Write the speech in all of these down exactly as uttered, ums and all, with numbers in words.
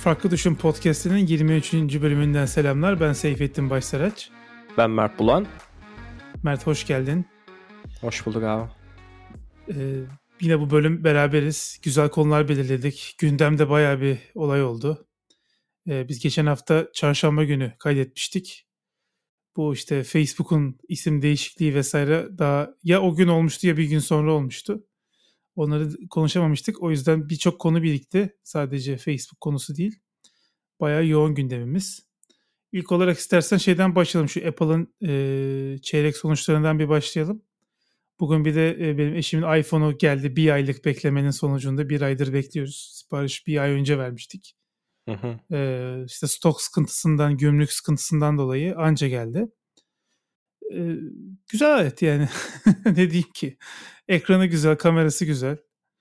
Farklı Düşün Podcast'inin yirmi üçüncü bölümünden selamlar. Ben Seyfettin Başsaraç. Ben Mert Bulan. Mert hoş geldin. Hoş bulduk abi. Ee, yine bu bölüm beraberiz. Güzel konular belirledik. Gündemde bayağı bir olay oldu. Ee, biz geçen hafta çarşamba günü kaydetmiştik. Bu işte Facebook'un isim değişikliği vesaire daha ya o gün olmuştu ya bir gün sonra olmuştu. Onları konuşamamıştık. O yüzden birçok konu birikti. Sadece Facebook konusu değil. Bayağı yoğun gündemimiz. İlk olarak istersen şeyden başlayalım. Şu Apple'ın e, çeyrek sonuçlarından bir başlayalım. Bugün bir de e, benim eşimin iPhone'u geldi. Bir aylık beklemenin sonucunda bir aydır bekliyoruz. Sipariş bir ay önce vermiştik. Hı hı. E, işte stok sıkıntısından, gümrük sıkıntısından dolayı anca geldi. E, güzel alet yani. Ne diyeyim ki? Ekranı güzel, kamerası güzel.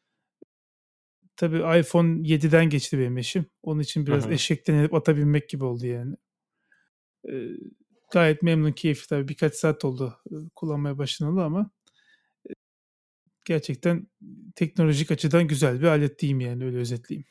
Tabii iPhone yediden geçti benim eşim. Onun için biraz Hı hı. eşekten inip ata binmek gibi oldu yani. E, gayet memnun, keyifli tabii. Birkaç saat oldu e, kullanmaya başlanalı ama e, gerçekten teknolojik açıdan güzel bir alet diyeyim yani, öyle özetleyeyim.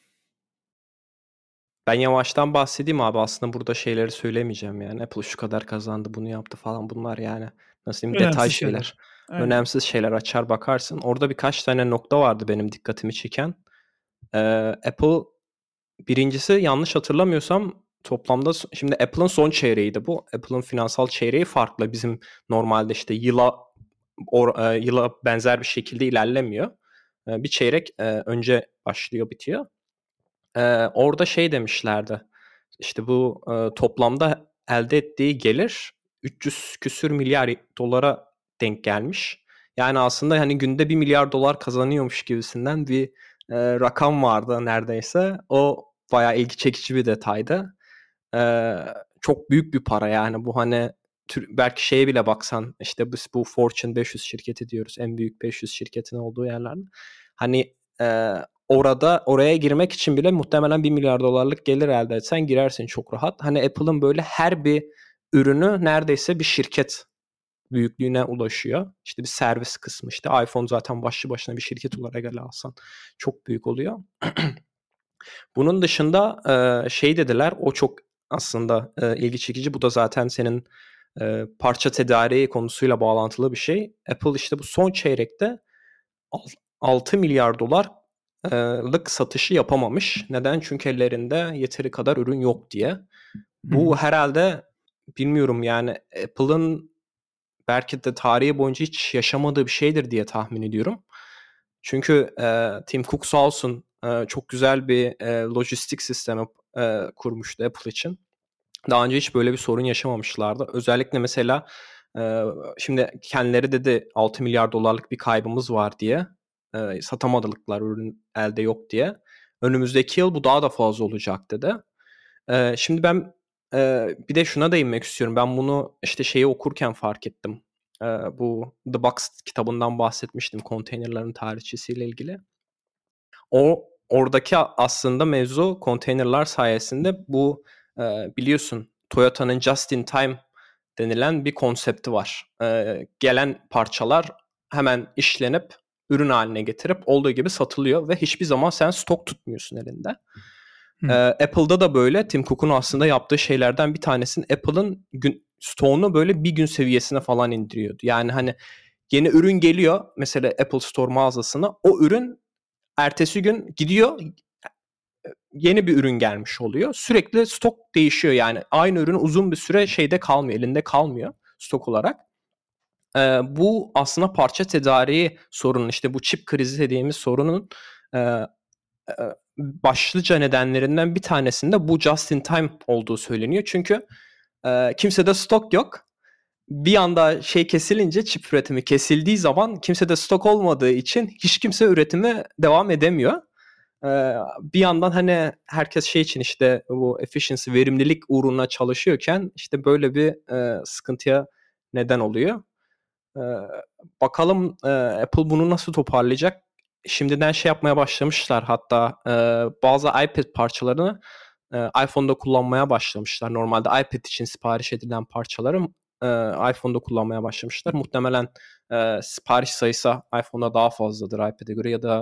Ben yavaştan bahsedeyim abi. Aslında burada şeyleri söylemeyeceğim yani. Apple şu kadar kazandı, bunu yaptı falan, bunlar yani. Nasıl diyeyim, detay Önemsiz şeyler. şeyler. Aynen. Önemsiz şeyler, açar bakarsın. Orada birkaç tane nokta vardı benim dikkatimi çeken. Ee, Apple birincisi, yanlış hatırlamıyorsam toplamda şimdi Apple'ın son çeyreğiydi bu. Apple'ın finansal çeyreği farklı. Bizim normalde işte yıla or, e, yıla benzer bir şekilde ilerlemiyor. E, bir çeyrek e, önce başlıyor, bitiyor. Ee, orada şey demişlerdi. İşte bu e, toplamda elde ettiği gelir üç yüz küsür milyar dolara denk gelmiş. Yani aslında hani günde bir milyar dolar kazanıyormuş gibisinden bir e, rakam vardı neredeyse. O bayağı ilgi çekici bir detaydı. E, çok büyük bir para yani bu, hani tür, belki şeye bile baksan, işte biz bu Fortune beş yüz şirketi diyoruz. En büyük beş yüz şirketin olduğu yerlerde. Hani e, orada oraya girmek için bile muhtemelen bir milyar dolarlık gelir elde etsen girersin çok rahat. Hani Apple'ın böyle her bir ürünü neredeyse bir şirket büyüklüğüne ulaşıyor. İşte bir servis kısmı, işte iPhone zaten başlı başına bir şirket olarak ele alsan çok büyük oluyor. Bunun dışında e, şey dediler, o çok aslında e, ilgi çekici. Bu da zaten senin e, parça tedariği konusuyla bağlantılı bir şey. Apple işte bu son çeyrekte altı milyar dolarlık satışı yapamamış. Neden? Çünkü ellerinde yeteri kadar ürün yok diye. Bu herhalde, bilmiyorum yani, Apple'ın belki de tarihi boyunca hiç yaşamadığı bir şeydir diye tahmin ediyorum. Çünkü e, Tim Cook sağ olsun e, çok güzel bir e, lojistik sistemi e, kurmuştu Apple için. Daha önce hiç böyle bir sorun yaşamamışlardı. Özellikle mesela e, şimdi kendileri dedi altı milyar dolarlık bir kaybımız var diye. E, satamadıklar, ürün elde yok diye. Önümüzdeki yıl bu daha da fazla olacak dedi. E, şimdi ben e, bir de şuna değinmek istiyorum. Ben bunu işte şeyi okurken fark ettim. E, bu The Box kitabından bahsetmiştim, konteynerlerin tarihçesiyle ilgili. O oradaki aslında mevzu konteynerlar sayesinde bu e, biliyorsun Toyota'nın just in time denilen bir konsepti var. E, gelen parçalar hemen işlenip ürün haline getirip olduğu gibi satılıyor ve hiçbir zaman sen stok tutmuyorsun elinde. E, Apple'da da böyle. Tim Cook'un aslında yaptığı şeylerden bir tanesinin Apple'ın gün, stoğunu böyle bir gün seviyesine falan indiriyordu. Yani hani yeni ürün geliyor mesela Apple Store mağazasına, o ürün ertesi gün gidiyor, yeni bir ürün gelmiş oluyor. Sürekli stok değişiyor yani. Aynı ürün uzun bir süre şeyde kalmıyor, elinde kalmıyor stok olarak. Ee, bu aslında parça tedariği sorunun, işte bu çip krizi dediğimiz sorunun e, e, başlıca nedenlerinden bir tanesinde bu just in time olduğu söyleniyor. Çünkü e, kimsede stok yok. Bir anda şey kesilince, çip üretimi kesildiği zaman kimsede stok olmadığı için hiç kimse üretime devam edemiyor. Ee, bir yandan hani herkes şey için, işte bu efficiency, verimlilik uğruna çalışıyorken işte böyle bir e, sıkıntıya neden oluyor. Ee, bakalım e, Apple bunu nasıl toparlayacak? Şimdiden şey yapmaya başlamışlar, hatta e, bazı iPad parçalarını e, iPhone'da kullanmaya başlamışlar. Normalde iPad için sipariş edilen parçaları e, iPhone'da kullanmaya başlamışlar. Muhtemelen e, sipariş sayısı iPhone'da daha fazladır iPad'e göre, ya da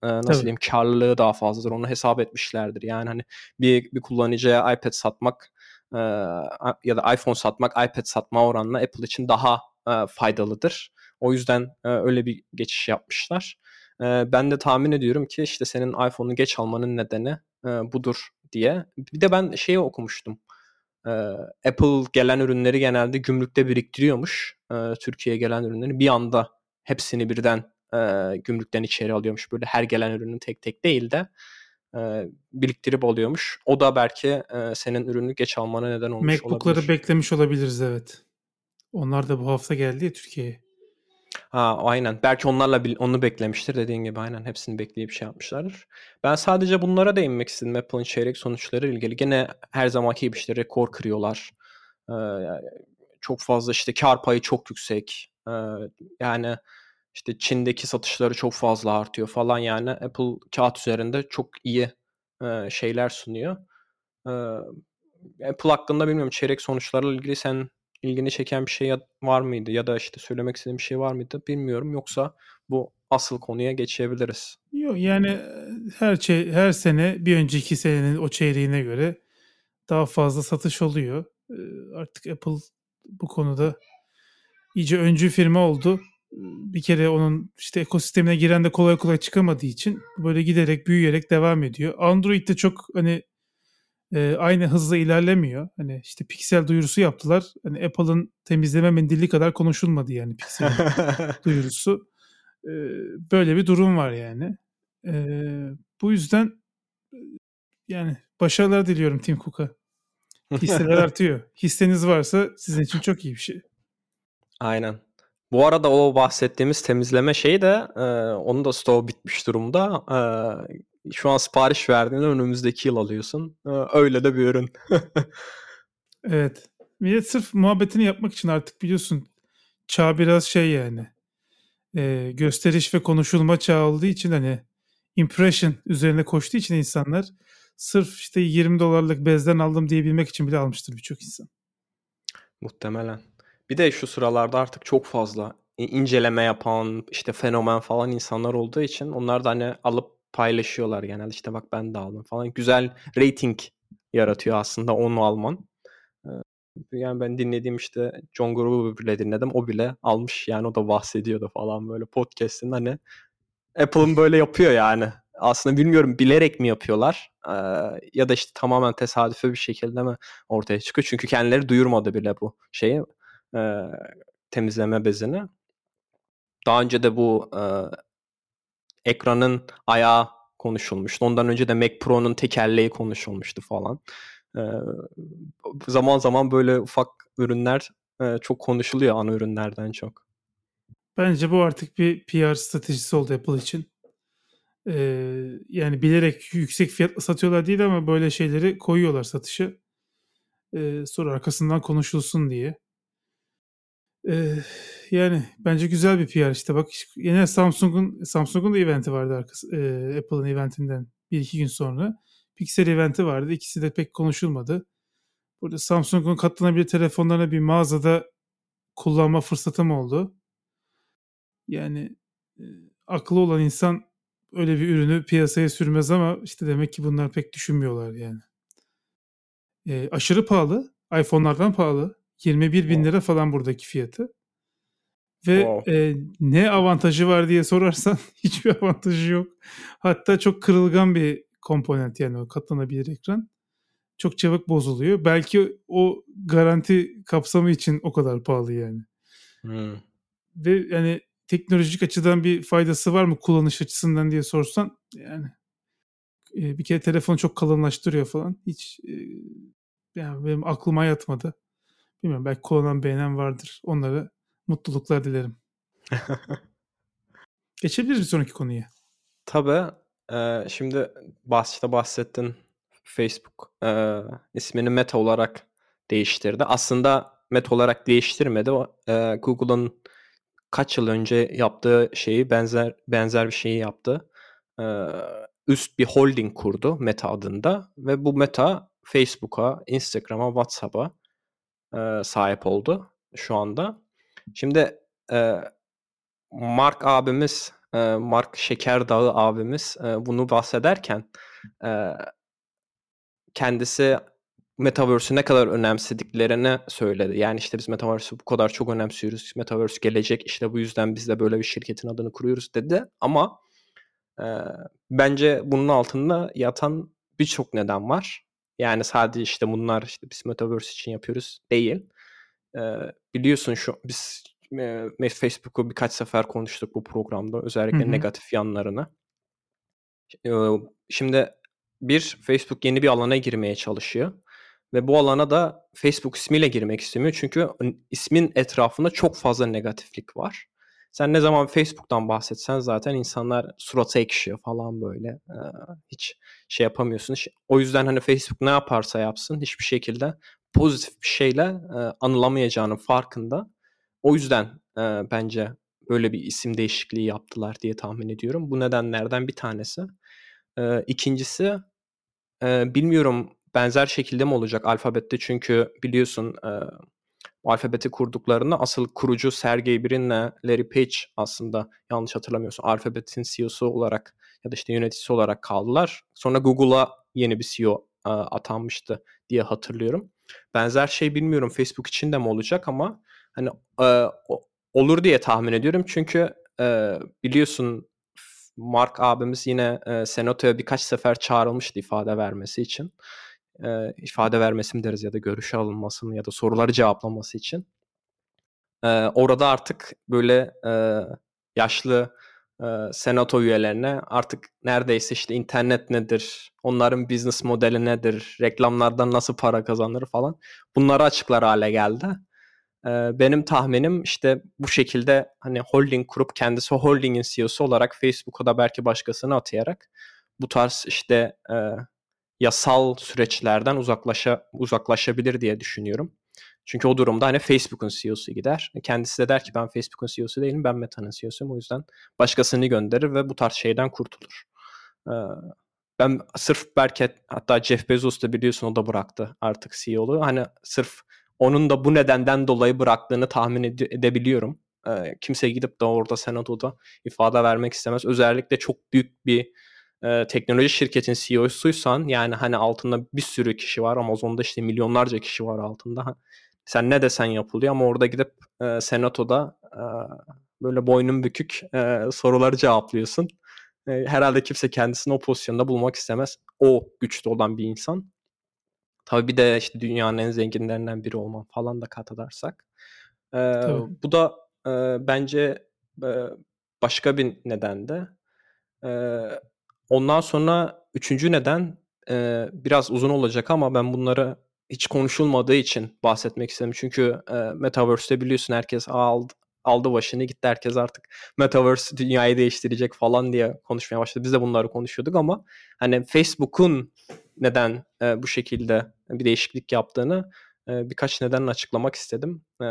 nasıl Tabii. diyeyim, karlılığı daha fazladır. Onu hesap etmişlerdir. Yani hani bir bir kullanıcıya iPad satmak e, ya da iPhone satmak iPad satma oranla Apple için daha e, faydalıdır. O yüzden e, öyle bir geçiş yapmışlar. E, ben de tahmin ediyorum ki işte senin iPhone'u geç almanın nedeni e, budur diye. Bir de ben şeyi okumuştum. E, Apple gelen ürünleri genelde gümrükte biriktiriyormuş. E, Türkiye'ye gelen ürünleri bir anda hepsini birden e, gümrükten içeri alıyormuş. Böyle her gelen ürünü tek tek değil de e, biriktirip alıyormuş. O da belki e, senin ürünü geç almana neden olmuş MacBook'ları olabilir. beklemiş olabiliriz, evet. Onlar da bu hafta geldi ya Türkiye'ye. Ha, aynen. Belki onlarla bil- onu beklemiştir. Dediğin gibi aynen hepsini bekleyip şey yapmışlardır. Ben sadece bunlara değinmek istedim. Apple'ın çeyrek sonuçları ile ilgili. Gene her zamanki gibi işte rekor kırıyorlar. Ee, çok fazla işte kar payı çok yüksek. Ee, yani işte Çin'deki satışları çok fazla artıyor falan yani. Apple kağıt üzerinde çok iyi e, şeyler sunuyor. Ee, Apple hakkında bilmiyorum, çeyrek sonuçlarla ilgili sen ilgini çeken bir şey ya- var mıydı ya da işte söylemek istediğin bir şey var mıydı bilmiyorum, yoksa bu asıl konuya geçebiliriz. Yok yani e, her şey her sene bir önceki senenin o çeyreğine göre daha fazla satış oluyor. E, Artık Apple bu konuda iyice öncü firma oldu. E, Bir kere onun işte ekosistemine giren de kolay kolay çıkamadığı için böyle giderek büyüyerek devam ediyor. Android de çok hani e, aynı hızla ilerlemiyor. Hani işte Pixel duyurusu yaptılar. Hani Apple'ın temizleme mendili kadar konuşulmadı yani Pixel'in duyurusu. E, Böyle bir durum var yani. E, Bu yüzden yani başarılar diliyorum Tim Cook'a. Hisseler artıyor. Hisseniz varsa sizin için çok iyi bir şey. Aynen. Bu arada o bahsettiğimiz temizleme şeyi de e, onun da stoğu bitmiş durumda. E, şu an sipariş verdiğinde önümüzdeki yıl alıyorsun. E, öyle de bir ürün. Evet. Millet sırf muhabbetini yapmak için artık biliyorsun çağ biraz şey yani. E, gösteriş ve konuşulma çağı olduğu için hani impression üzerine koştuğu için insanlar sırf işte yirmi dolarlık bezden aldım diyebilmek için bile almıştır birçok insan. Muhtemelen. Bir de şu sıralarda artık çok fazla i- inceleme yapan, işte fenomen falan insanlar olduğu için onlar da hani alıp paylaşıyorlar genelde. İşte bak ben de aldım falan. Güzel rating yaratıyor aslında onu alman. Ee, Yani ben dinlediğim işte John Gruber bile dinledim. O bile almış yani, o da bahsediyordu falan böyle podcast'in, hani Apple'ın böyle yapıyor yani. Aslında bilmiyorum bilerek mi yapıyorlar ee, ya da işte tamamen tesadüfe bir şekilde mi ortaya çıkıyor. Çünkü kendileri duyurmadı bile bu şeyi, e, temizleme bezini. Daha önce de bu e, ekranın ayağı konuşulmuştu. Ondan önce de Mac Pro'nun tekerleği konuşulmuştu falan. E, Zaman zaman böyle ufak ürünler e, çok konuşuluyor, ana ürünlerden çok. Bence bu artık bir P R stratejisi oldu Apple için. Ee, yani bilerek yüksek fiyatla satıyorlar değil ama böyle şeyleri koyuyorlar satışa. Ee, sonra arkasından konuşulsun diye. Ee, Yani bence güzel bir P R işte. Bak yine Samsung'un Samsung'un da eventi vardı arkası, e, Apple'ın eventinden bir iki gün sonra. Pixel eventi vardı. İkisi de pek konuşulmadı. Burada Samsung'un katlanabilir telefonlarını bir mağazada kullanma fırsatım oldu. Yani e, akıllı olan insan öyle bir ürünü piyasaya sürmez ama işte demek ki bunlar pek düşünmüyorlar yani. E, aşırı pahalı. iPhone'lardan pahalı. yirmi bir bin Wow. lira falan buradaki fiyatı. Ve Wow. e, ne avantajı var diye sorarsan hiçbir avantajı yok. Hatta çok kırılgan bir komponent yani o katlanabilir ekran. Çok çabuk bozuluyor. Belki o garanti kapsamı için o kadar pahalı yani. Hmm. Ve yani teknolojik açıdan bir faydası var mı kullanış açısından diye sorsan yani e, bir kere telefonu çok kalınlaştırıyor falan. Hiç e, yani benim aklıma yatmadı. Bilmiyorum belki kullanan beğenen vardır. Onlara mutluluklar dilerim. Geçebiliriz bir sonraki konuya. Tabii. Eee, şimdi başta bahsettin. Facebook eee, ismini Meta olarak değiştirdi. Aslında Meta olarak değiştirmedi. O, eee, Google'ın kaç yıl önce yaptığı şeyi benzer benzer bir şeyi yaptı. Eee, üst bir holding kurdu Meta adında ve bu Meta Facebook'a, Instagram'a, WhatsApp'a eee, sahip oldu şu anda. Şimdi eee, Mark abimiz e, Mark Şekerdağı abimiz e, bunu bahsederken e, kendisi Metaverse'ü ne kadar önemsediklerini söyledi. Yani işte biz Metaverse'ü bu kadar çok önemsiyoruz. Metaverse gelecek, işte bu yüzden biz de böyle bir şirketin adını kuruyoruz dedi. Ama e, bence bunun altında yatan birçok neden var. Yani sadece işte bunlar işte biz Metaverse için yapıyoruz değil. E, biliyorsun şu biz e, Facebook'u birkaç sefer konuştuk bu programda. Hı Özellikle hı. negatif yanlarını. E, şimdi bir Facebook yeni bir alana girmeye çalışıyor. Ve bu alana da Facebook ismiyle girmek istemiyor. Çünkü ismin etrafında çok fazla negatiflik var. Sen ne zaman Facebook'tan bahsetsen zaten insanlar suratı ekşiyor falan böyle. Ee, hiç şey yapamıyorsun. O yüzden hani Facebook ne yaparsa yapsın hiçbir şekilde pozitif bir şeyle e, anılamayacağının farkında. O yüzden e, bence böyle bir isim değişikliği yaptılar diye tahmin ediyorum. Bu nedenlerden bir tanesi. E, ikincisi e, bilmiyorum benzer şekilde mi olacak Alphabet'te, çünkü biliyorsun e, Alphabet'i kurduklarında asıl kurucu Sergey Brin'le Larry Page aslında yanlış hatırlamıyorsam Alphabet'in C E O'su olarak ya da işte yöneticisi olarak kaldılar. Sonra Google'a yeni bir C E O e, atanmıştı diye hatırlıyorum. Benzer şey bilmiyorum Facebook için de mi olacak ama hani e, olur diye tahmin ediyorum. Çünkü e, biliyorsun Mark abimiz yine e, Senato'ya birkaç sefer çağrılmıştı ifade vermesi için. E, ifade vermesi mi deriz ya da görüşe alınması mı ya da soruları cevaplaması için. E, orada artık böyle e, yaşlı e, senato üyelerine artık neredeyse işte internet nedir, onların business modeli nedir, reklamlardan nasıl para kazanır falan bunları açıklar hale geldi. E, benim tahminim işte bu şekilde hani holding kurup kendisi holdingin C E O'su olarak Facebook'a da belki başkasını atayarak bu tarz işte e, yasal süreçlerden uzaklaşa uzaklaşabilir diye düşünüyorum. Çünkü o durumda hani Facebook'un C E O'su gider. Kendisi de der ki ben Facebook'un C E O'su değilim, ben Meta'nın C E O'suyum. O yüzden başkasını gönderir ve bu tarz şeyden kurtulur. Ee, ben sırf belki hatta Jeff Bezos da biliyorsun o da bıraktı artık C E O'luğu. Hani sırf onun da bu nedenden dolayı bıraktığını tahmin ede- edebiliyorum. Ee, kimse gidip de orada senatoda ifade vermek istemez. Özellikle çok büyük bir e, teknoloji şirketin C E O'suysan yani hani altında bir sürü kişi var. Amazon'da işte milyonlarca kişi var altında. Sen ne desen yapılıyor ama orada gidip e, senatoda e, böyle boynun bükük e, soruları cevaplıyorsun. E, herhalde kimse kendisini o pozisyonda bulmak istemez. O güçte olan bir insan. Tabii bir de işte dünyanın en zenginlerinden biri olman falan da kat edersek. E, Tabii. bu da e, bence e, başka bir neden de. Ee, ondan sonra üçüncü neden e, biraz uzun olacak ama ben bunları hiç konuşulmadığı için bahsetmek istedim. Çünkü e, Metaverse'te biliyorsun herkes aldı, aldı başını gitti. Herkes artık Metaverse dünyayı değiştirecek falan diye konuşmaya başladı. Biz de bunları konuşuyorduk ama hani Facebook'un neden e, bu şekilde bir değişiklik yaptığını e, birkaç nedenle açıklamak istedim. E,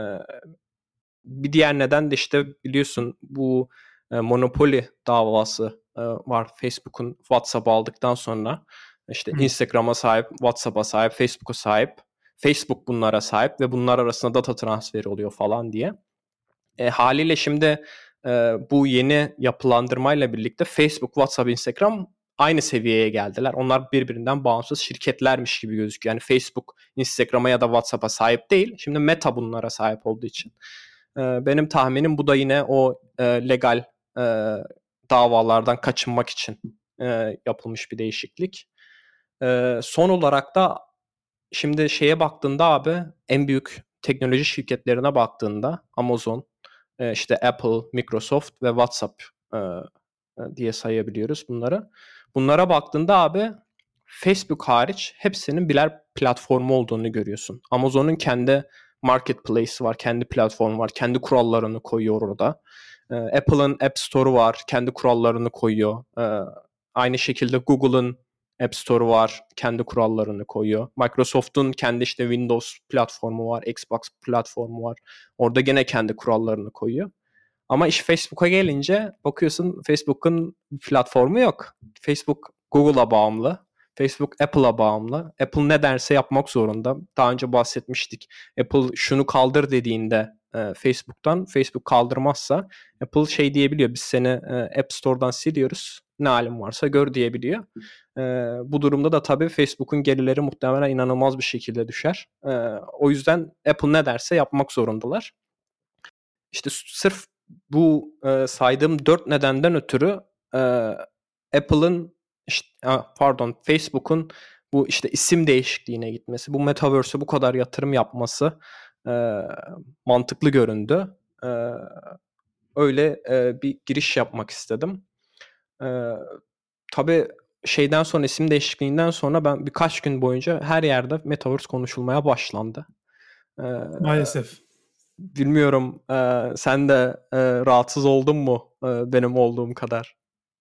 bir diğer neden de işte biliyorsun bu e, Monopoly davası e, var Facebook'un WhatsApp aldıktan sonra. İşte Hı. Instagram'a sahip, WhatsApp'a sahip, Facebook'a sahip. Facebook bunlara sahip ve bunlar arasında data transferi oluyor falan diye. E, haliyle şimdi e, bu yeni yapılandırmayla birlikte Facebook, WhatsApp, Instagram aynı seviyeye geldiler. Onlar birbirinden bağımsız şirketlermiş gibi gözüküyor. Yani Facebook, Instagram'a ya da WhatsApp'a sahip değil. Şimdi Meta bunlara sahip olduğu için. E, benim tahminim bu da yine o e, legal e, davalardan kaçınmak için e, yapılmış bir değişiklik. E, son olarak da şimdi şeye baktığında abi en büyük teknoloji şirketlerine baktığında Amazon, e, işte Apple, Microsoft ve WhatsApp e, diye sayabiliyoruz bunları. Bunlara baktığında abi Facebook hariç hepsinin birer platformu olduğunu görüyorsun. Amazon'un kendi marketplace'i var, kendi platformu var, kendi kurallarını koyuyor orada. E, Apple'ın App Store'u var, kendi kurallarını koyuyor. E, aynı şekilde Google'ın App Store'u var, kendi kurallarını koyuyor. Microsoft'un kendi işte Windows platformu var, Xbox platformu var. Orada gene kendi kurallarını koyuyor. Ama iş Facebook'a gelince bakıyorsun Facebook'un platformu yok. Facebook Google'a bağımlı. Facebook Apple'a bağımlı. Apple ne derse yapmak zorunda. Daha önce bahsetmiştik. Apple şunu kaldır dediğinde e, Facebook'tan, Facebook kaldırmazsa Apple şey diyebiliyor. Biz seni e, App Store'dan siliyoruz. Ne halin varsa gör diyebiliyor. E, bu durumda da tabii Facebook'un gelirleri muhtemelen inanılmaz bir şekilde düşer. E, o yüzden Apple ne derse yapmak zorundalar. İşte sırf bu e, saydığım dört nedenden ötürü e, Apple'ın işte, pardon Facebook'un bu işte isim değişikliğine gitmesi, bu Metaverse'e bu kadar yatırım yapması e, mantıklı göründü. E, öyle e, bir giriş yapmak istedim. E, tabii şeyden sonra, isim değişikliğinden sonra ben birkaç gün boyunca her yerde Metaverse konuşulmaya başlandı. E, Maalesef. Bilmiyorum, e, sen de e, rahatsız oldun mu e, benim olduğum kadar?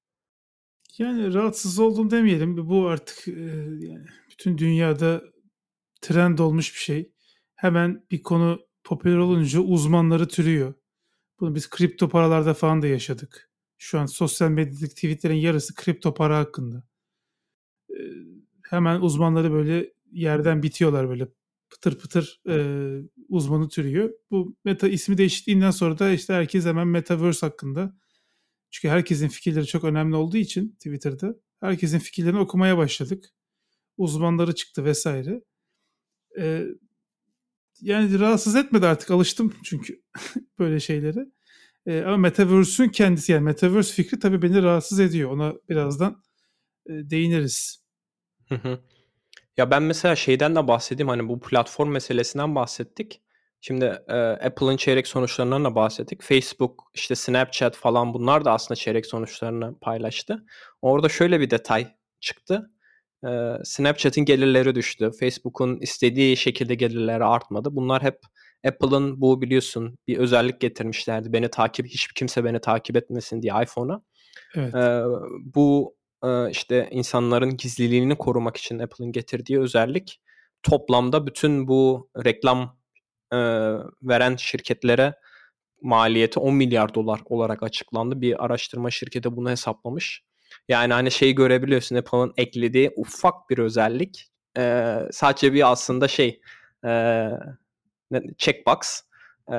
Yani rahatsız oldum demeyelim. Bu artık e, yani bütün dünyada trend olmuş bir şey. Hemen bir konu popüler olunca uzmanları türüyor. Bunu biz kripto paralarda falan da yaşadık. Şu an sosyal medyadaki tweetlerin yarısı kripto para hakkında. Ee, hemen uzmanları böyle yerden bitiyorlar böyle pıtır pıtır e, uzmanı türüyor. Bu meta ismi değiştiğinden sonra da işte herkes hemen Metaverse hakkında. Çünkü herkesin fikirleri çok önemli olduğu için Twitter'da herkesin fikirlerini okumaya başladık. Uzmanları çıktı vesaire. Ee, yani rahatsız etmedi artık alıştım çünkü böyle şeylere. Ee, ama Metaverse'ün kendisi yani Metaverse fikri tabii beni rahatsız ediyor. Ona birazdan e, değiniriz. Hı hı. Ya ben mesela şeyden de bahsedeyim, hani bu platform meselesinden bahsettik. Şimdi e, Apple'ın çeyrek sonuçlarından da bahsettik. Facebook, işte Snapchat falan, bunlar da aslında çeyrek sonuçlarını paylaştı. Orada şöyle bir detay çıktı. E, Snapchat'in gelirleri düştü. Facebook'un istediği şekilde gelirleri artmadı. Bunlar hep Apple'ın, bu biliyorsun, bir özellik getirmişlerdi. Beni takip, hiç kimse beni takip etmesin diye iPhone'a. E, Evet. bu e, işte insanların gizliliğini korumak için Apple'ın getirdiği özellik toplamda bütün bu reklam e, veren şirketlere maliyeti on milyar dolar olarak açıklandı. Bir araştırma şirketi bunu hesaplamış. Yani hani şeyi görebiliyorsun, Apple'ın eklediği ufak bir özellik. E, sadece bir aslında şey e, checkbox. E,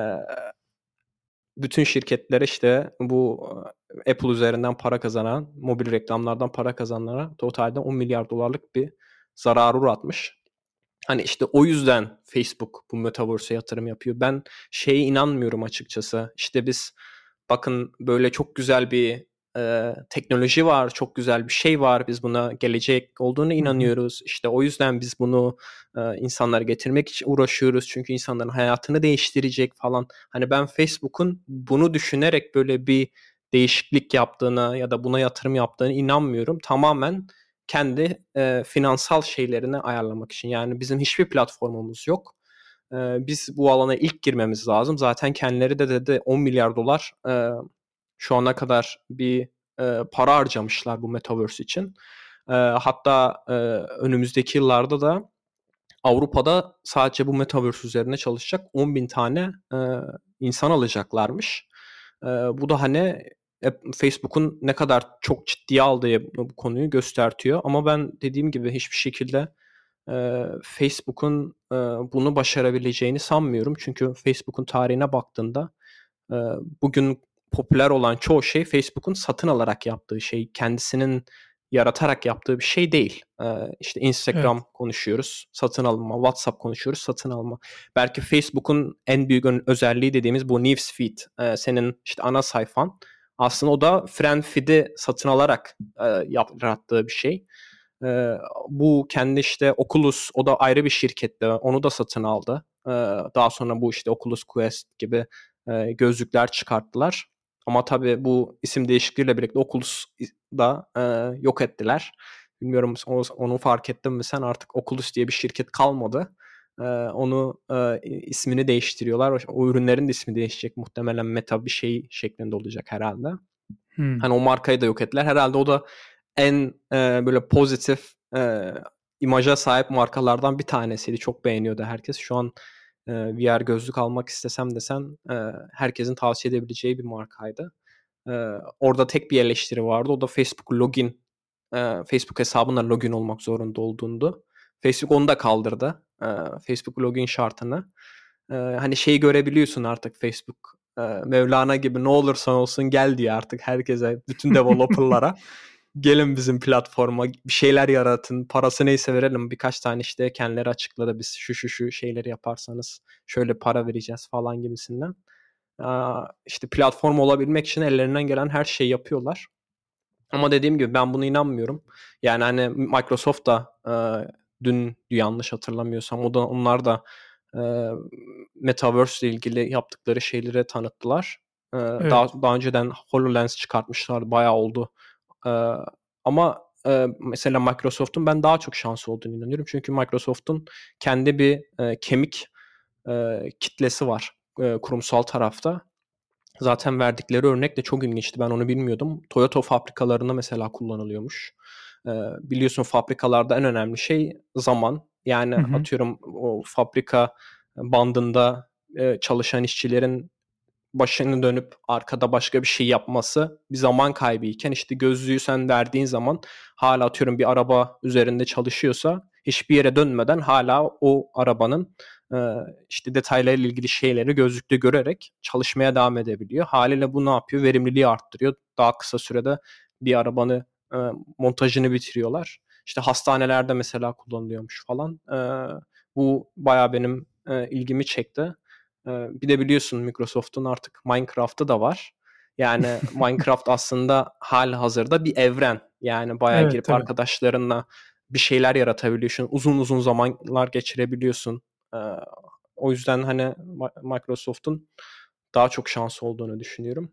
bütün şirketlere işte bu Apple üzerinden para kazanan, mobil reklamlardan para kazananlara totalde on milyar dolarlık bir zararı uğratmış. Hani işte o yüzden Facebook bu Metaverse'e yatırım yapıyor. Ben şeye inanmıyorum açıkçası. İşte biz, bakın, böyle çok güzel bir e, teknoloji var, çok güzel bir şey var. Biz buna gelecek olduğunu Hı hı. inanıyoruz. İşte o yüzden biz bunu e, insanlara getirmek için uğraşıyoruz. Çünkü insanların hayatını değiştirecek falan. Hani ben Facebook'un bunu düşünerek böyle bir değişiklik yaptığına ya da buna yatırım yaptığına inanmıyorum. Tamamen kendi e, finansal şeylerini ayarlamak için. Yani bizim hiçbir platformumuz yok. E, biz bu alana ilk girmemiz lazım. Zaten kendileri de dedi on milyar dolar e, şu ana kadar bir e, para harcamışlar bu Metaverse için. E, hatta e, önümüzdeki yıllarda da Avrupa'da sadece bu Metaverse üzerine çalışacak on bin tane e, insan alacaklarmış. E, bu da hani Facebook'un ne kadar çok ciddiye aldığı bu konuyu göstertiyor. Ama ben dediğim gibi hiçbir şekilde e, Facebook'un e, bunu başarabileceğini sanmıyorum. Çünkü Facebook'un tarihine baktığında e, bugün popüler olan çoğu şey Facebook'un satın alarak yaptığı şey. Kendisinin yaratarak yaptığı bir şey değil. E, işte Evet. Instagram konuşuyoruz, satın alma. WhatsApp konuşuyoruz, satın alma. Belki Facebook'un en büyük özelliği dediğimiz bu newsfeed. E, senin işte ana sayfan. Aslında o da friend feed'i satın alarak e, yarattığı bir şey. E, bu kendi işte Oculus, o da ayrı bir şirkette. Onu da satın aldı. E, daha sonra bu işte Oculus Quest gibi e, gözlükler çıkarttılar. Ama tabii bu isim değişikliğiyle birlikte Oculus da e, yok ettiler. Bilmiyorum, onu fark ettin mi sen, artık Oculus diye bir şirket kalmadı. E, onu e, ismini değiştiriyorlar. O ürünlerin de ismi değişecek. Muhtemelen Meta bir şey şeklinde olacak herhalde. Hmm. Hani o markayı da yok ettiler. Herhalde o da en e, böyle pozitif e, imaja sahip markalardan bir tanesiydi. Çok beğeniyordu herkes. Şu an e, V R gözlük almak istesem desen e, herkesin tavsiye edebileceği bir markaydı. E, orada tek bir eleştiri vardı. O da Facebook login, e, Facebook hesabına login olmak zorunda olduğundu. Facebook onu da kaldırdı. E, Facebook login şartını. Eee, hani şeyi görebiliyorsun artık Facebook, eee, Mevlana gibi ne olursan olsun gel diyor artık herkese, bütün developer'lara. Gelin bizim platforma, bir şeyler yaratın, parası neyse verelim. Birkaç tane işte kendileri açıkladı, biz şu şu şu şeyleri yaparsanız şöyle para vereceğiz falan gibisinden. Aaa, işte platform olabilmek için ellerinden gelen her şeyi yapıyorlar. Ama dediğim gibi ben buna inanmıyorum. Yani hani Microsoft da eee, dün yanlış hatırlamıyorsam o da onlar da eee Metaverse ile ilgili yaptıkları şeyleri tanıttılar. Eee, Evet. daha daha önceden HoloLens çıkartmışlardı, bayağı oldu. Eee, ama eee, mesela Microsoft'un ben daha çok şanslı olduğunu inanıyorum. Çünkü Microsoft'un kendi bir eee, kemik eee, kitlesi var eee, kurumsal tarafta. Zaten verdikleri örnek de çok ilginçti. Ben onu bilmiyordum. Toyota fabrikalarında mesela kullanılıyormuş. Eee, biliyorsun fabrikalarda en önemli şey zaman. Yani Hı hı. atıyorum o fabrika bandında eee, çalışan işçilerin başını dönüp arkada başka bir şey yapması bir zaman kaybıyken, işte gözlüğü sen verdiğin zaman hala atıyorum bir araba üzerinde çalışıyorsa hiçbir yere dönmeden hala o arabanın eee, işte detaylarıyla ilgili şeyleri gözlükte görerek çalışmaya devam edebiliyor. Haliyle bu ne yapıyor? Verimliliği arttırıyor. Daha kısa sürede bir arabanı eee, montajını bitiriyorlar. İşte hastanelerde mesela kullanılıyormuş falan. Eee, bu bayağı benim eee, ilgimi çekti. Eee, bir de biliyorsun Microsoft'un artık Minecraft'ı da var. Yani Minecraft aslında hâlihazırda bir evren. Yani bayağı Evet, girip tabii. arkadaşlarınla bir şeyler yaratabiliyorsun. Uzun uzun zamanlar geçirebiliyorsun. Eee, o yüzden hani Ma Microsoft'un daha çok şansı olduğunu düşünüyorum.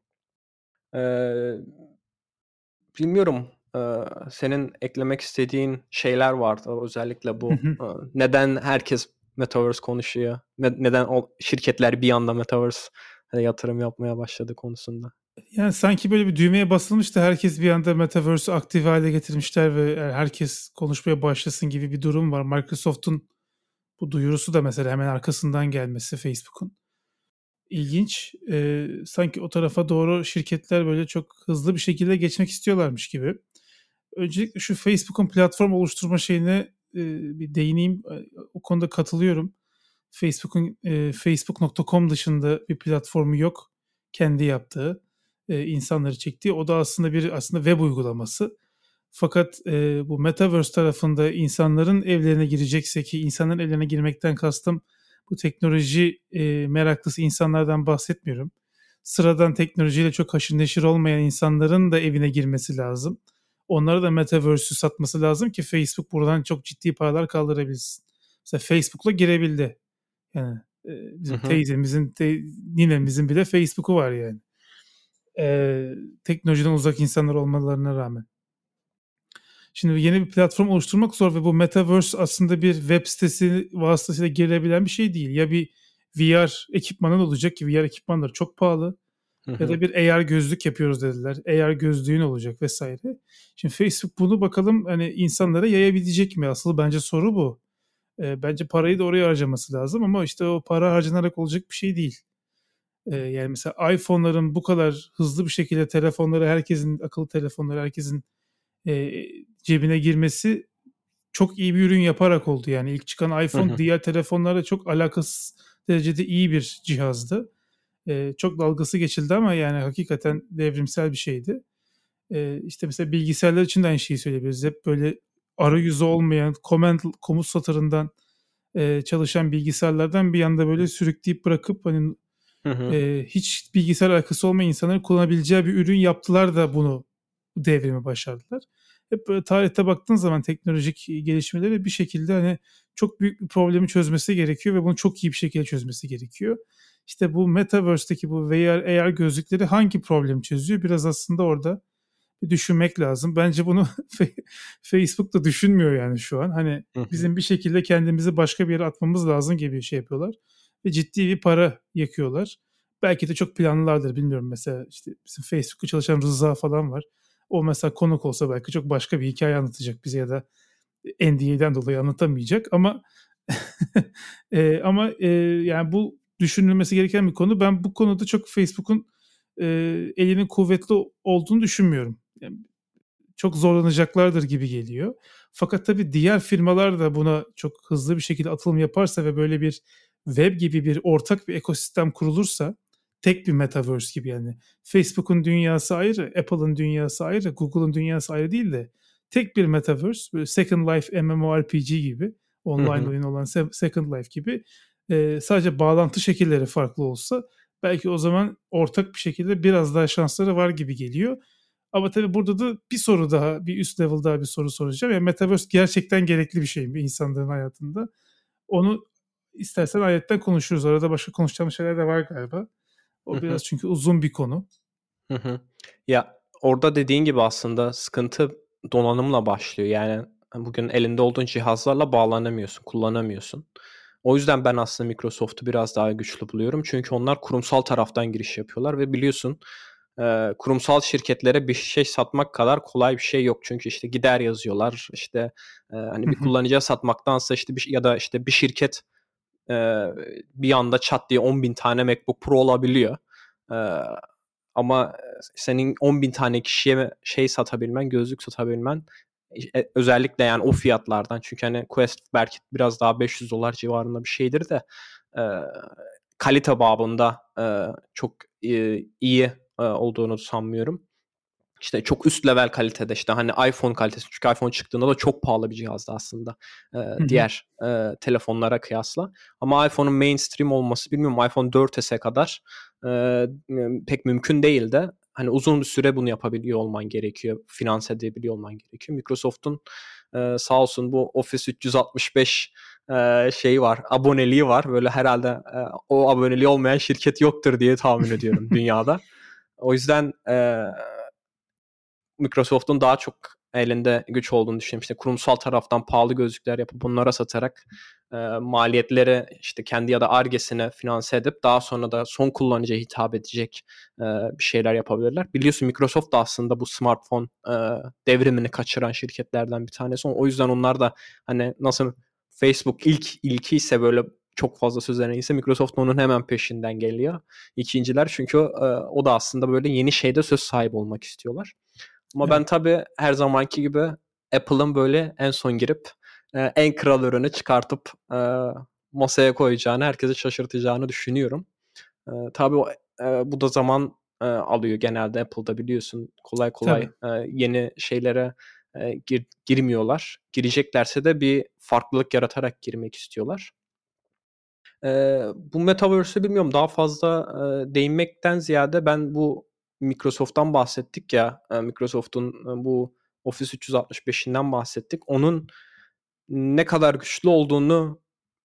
Eee, bilmiyorum, eee, senin eklemek istediğin şeyler vardı. Özellikle Hı bu, hı. eee, neden herkes Metaverse konuşuyor? Ne neden o şirketler bir anda Metaverse'e yatırım yapmaya başladı konusunda? Yani sanki böyle bir düğmeye basılmış da herkes bir anda Metaverse'ü aktif hale getirmişler ve e, herkes konuşmaya başlasın gibi bir durum var. Microsoft'un bu duyurusu da mesela hemen arkasından gelmesi Facebook'un. İlginç. Eee, sanki o tarafa doğru şirketler böyle çok hızlı bir şekilde geçmek istiyorlarmış gibi. Öncelikle şu Facebook'un platform oluşturma şeyine eee, bir değineyim. Eee, O konuda katılıyorum. Facebook'un eee, facebook nokta com dışında bir platformu yok. Kendi yaptığı, eee, insanları çektiği. O da aslında bir aslında web uygulaması. Fakat eee, bu Metaverse tarafında insanların evlerine girecekse, ki insanların evlerine girmekten kastım bu teknoloji eee, meraklısı insanlardan bahsetmiyorum. Sıradan teknolojiyle çok haşır neşir olmayan insanların da evine girmesi lazım. Onlara da Metaverse'ü satması lazım ki Facebook buradan çok ciddi paralar kaldırabilsin. Mesela Facebook'la girebildi. Yani e, Hı bizim hı. teyzemizin, te, ninemizin bile Facebook'u var yani. E, teknolojiden uzak insanlar olmalarına rağmen. Şimdi yeni bir platform oluşturmak zor ve bu Metaverse aslında bir web sitesi vasıtasıyla girilebilen bir şey değil. Ya bir V R ekipmanın olacak ki V R ekipmanları çok pahalı, Hı ya hı. da bir A R gözlük yapıyoruz dediler. A R gözlüğün olacak vesaire. Şimdi Facebook bunu bakalım hani insanlara yayabilecek mi? Asıl bence soru bu. E, bence parayı da oraya harcaması lazım ama işte o para harcanarak olacak bir şey değil. E, yani mesela iPhone'ların bu kadar hızlı bir şekilde telefonları herkesin akıllı telefonları herkesin e, cebine girmesi çok iyi bir ürün yaparak oldu. Yani ilk çıkan Hı iPhone hı. diğer telefonlarla çok alakasız derecede iyi bir cihazdı. E, çok dalgası geçildi ama yani hakikaten devrimsel bir şeydi. E, işte mesela bilgisayarlar için de aynı şeyi söyleyebiliriz. Hep böyle arayüzü olmayan command, komut satırından e, çalışan bilgisayarlardan bir anda böyle sürükleyip bırakıp hani Hı hı. e, hiç bilgisayar alakası olmayan insanların kullanabileceği bir ürün yaptılar da bunu bu devrimi başardılar. Hep böyle tarihte baktığın zaman teknolojik gelişmeleri bir şekilde hani çok büyük bir problemi çözmesi gerekiyor ve bunu çok iyi bir şekilde çözmesi gerekiyor. İşte bu Metaverse'deki bu V R, A R gözlükleri hangi problemi çözüyor? Biraz aslında orada bir düşünmek lazım. Bence bunu Facebook da düşünmüyor yani şu an. Hani Hı hı. bizim bir şekilde kendimizi başka bir yere atmamız lazım gibi bir şey yapıyorlar. Ve ciddi bir para yakıyorlar. Belki de çok planlılardır bilmiyorum. Mesela işte bizim Facebook'ta çalışan Rıza falan var. O mesela konuk olsa belki çok başka bir hikaye anlatacak bize ya da N D A'den dolayı anlatamayacak ama e, ama e, yani bu düşünülmesi gereken bir konu. Ben bu konuda çok Facebook'un e, elinin kuvvetli olduğunu düşünmüyorum. Yani çok zorlanacaklardır gibi geliyor. Fakat tabii diğer firmalar da buna çok hızlı bir şekilde atılım yaparsa ve böyle bir web gibi bir ortak bir ekosistem kurulursa, tek bir metaverse gibi yani. Facebook'un dünyası ayrı, Apple'ın dünyası ayrı, Google'ın dünyası ayrı değil de tek bir metaverse, böyle Second Life MMORPG gibi, Hı online hı. oyun olan Second Life gibi, e, sadece bağlantı şekilleri farklı olsa belki o zaman ortak bir şekilde biraz daha şansları var gibi geliyor. Ama tabii burada da bir soru daha, bir üst level daha bir soru soracağım. Yani Metaverse gerçekten gerekli bir şey mi insanların hayatında? Onu istersen ayetten konuşuruz. Arada başka konuşacağımız şeyler de var galiba. Hı O hı. biraz çünkü uzun bir konu. Hı hı. Ya orada dediğin gibi aslında sıkıntı donanımla başlıyor. Yani bugün elinde olduğun cihazlarla bağlanamıyorsun, kullanamıyorsun. O yüzden ben aslında Microsoft'u biraz daha güçlü buluyorum. Çünkü onlar kurumsal taraftan giriş yapıyorlar ve biliyorsun e, kurumsal şirketlere bir şey satmak kadar kolay bir şey yok. Çünkü işte gider yazıyorlar. İşte e, hani Hı bir hı. kullanıcıya satmaktansa işte bir ya da işte bir şirket e, bir anda çat diye on bin tane MacBook Pro olabiliyor. E, Ama senin on bin tane kişiye şey satabilmen, gözlük satabilmen, e, özellikle yani o fiyatlardan, çünkü hani Quest belki biraz daha beş yüz dolar civarında bir şeydir de e, kalite babında e, çok e, iyi e, olduğunu sanmıyorum. İşte çok üst level kalitede, işte hani iPhone kalitesi, çünkü iPhone çıktığında da çok pahalı bir cihazdı aslında e, Hı hı. diğer e, telefonlara kıyasla. Ama iPhone'un mainstream olması, bilmiyorum, iPhone dört S'e kadar e, pek mümkün değil de hani uzun bir süre bunu yapabiliyor olman gerekiyor, finanse edebiliyor olman gerekiyor. Microsoft'un e, sağ olsun bu Office üç yüz altmış beş e, şeyi var, aboneliği var. Böyle herhalde e, o aboneliği olmayan şirket yoktur diye tahmin ediyorum dünyada. O yüzden e, Microsoft'un daha çok elinde güç olduğunu düşünüyorum. İşte kurumsal taraftan pahalı gözlükler yapıp bunlara satarak e, maliyetleri işte kendi ya da Ar-Ge'sine finanse edip daha sonra da son kullanıcıya hitap edecek e, bir şeyler yapabilirler. Biliyorsun Microsoft da aslında bu smartphone e, devrimini kaçıran şirketlerden bir tanesi. O yüzden onlar da hani nasıl Facebook ilk ilki ise böyle çok fazla sözlerine ise, Microsoft onun hemen peşinden geliyor. İkinciler, çünkü e, o da aslında böyle yeni şeyde söz sahibi olmak istiyorlar. Ama ben Evet. tabii her zamanki gibi Apple'ın böyle en son girip e, en kral ürünü çıkartıp e, masaya koyacağını, herkesi şaşırtacağını düşünüyorum. E, tabii o, e, bu da zaman e, alıyor genelde Apple'da, biliyorsun. Kolay kolay Tabii. e, yeni şeylere e, gir, girmiyorlar. Gireceklerse de bir farklılık yaratarak girmek istiyorlar. Eee, bu Metaverse'ü bilmiyorum, daha fazla eee, değinmekten ziyade ben bu Microsoft'tan bahsettik ya, eee, Microsoft'un eee, bu Office üç yüz altmış beşinden bahsettik. Onun ne kadar güçlü olduğunu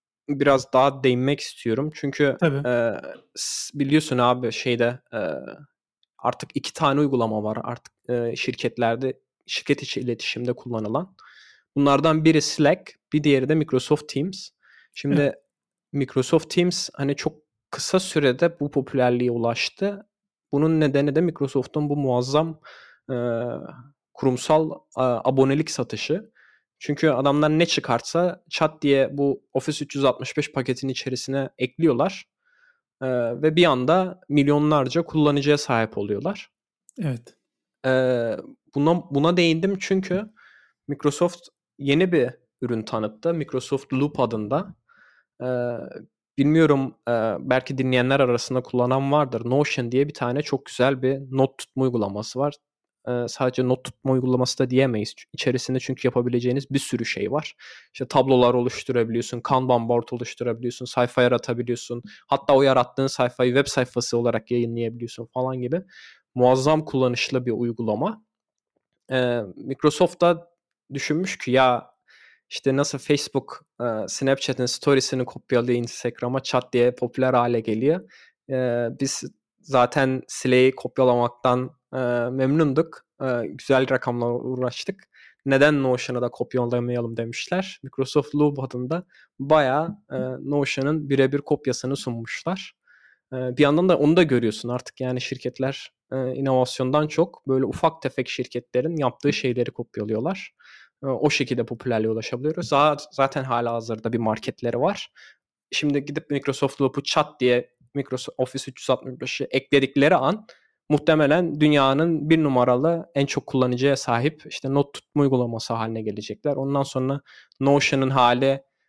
biraz daha değinmek istiyorum. Çünkü Tabii. eee, biliyorsun abi, şeyde eee, artık iki tane uygulama var artık eee, şirketlerde, şirket içi iletişimde kullanılan. Bunlardan biri Slack, bir diğeri de Microsoft Teams. Evet. Şimdi Microsoft Teams hani çok kısa sürede bu popülerliğe ulaştı. Bunun nedeni de Microsoft'un bu muazzam e, kurumsal e, abonelik satışı. Çünkü adamlar ne çıkartsa çat diye bu Office üç yüz altmış beş paketin içerisine ekliyorlar. E, ve bir anda milyonlarca kullanıcıya sahip oluyorlar. Evet. E, buna buna değindim çünkü Microsoft yeni bir ürün tanıttı. Microsoft Loop adında. Ee, bilmiyorum, e, belki dinleyenler arasında kullanan vardır. Notion diye bir tane çok güzel bir not tutma uygulaması var. Ee, sadece not tutma uygulaması da diyemeyiz. İçerisinde çünkü yapabileceğiniz bir sürü şey var. İşte tablolar oluşturabiliyorsun, Kanban board oluşturabiliyorsun, sayfa yaratabiliyorsun. Hatta o yarattığın sayfayı web sayfası olarak yayınlayabiliyorsun falan gibi. Muazzam kullanışlı bir uygulama. Ee, Microsoft da düşünmüş ki ya işte nasıl Facebook e, Snapchat'in storiesini kopyalıyor Instagram'a, çat diye popüler hale geliyor. Ee, biz zaten Slack'i kopyalamaktan e, memnunduk. E, güzel rakamlarla uğraştık. Neden Notion'u da kopyalamayalım demişler. Microsoft Loop adında bayağı e, Notion'ın birebir kopyasını sunmuşlar. E, bir yandan da onu da görüyorsun artık, yani şirketler e, inovasyondan çok böyle ufak tefek şirketlerin yaptığı şeyleri kopyalıyorlar. E, o şekilde popülerliğe ulaşabiliyoruz. Zaten hala hazırda bir marketleri var. Şimdi gidip Microsoft Loop'u çat diye Microsoft Office üç yüz altmış beşi ekledikleri an muhtemelen dünyanın bir numaralı en çok kullanıcıya sahip işte not tutma uygulaması haline gelecekler. Ondan sonra Notion'ın hali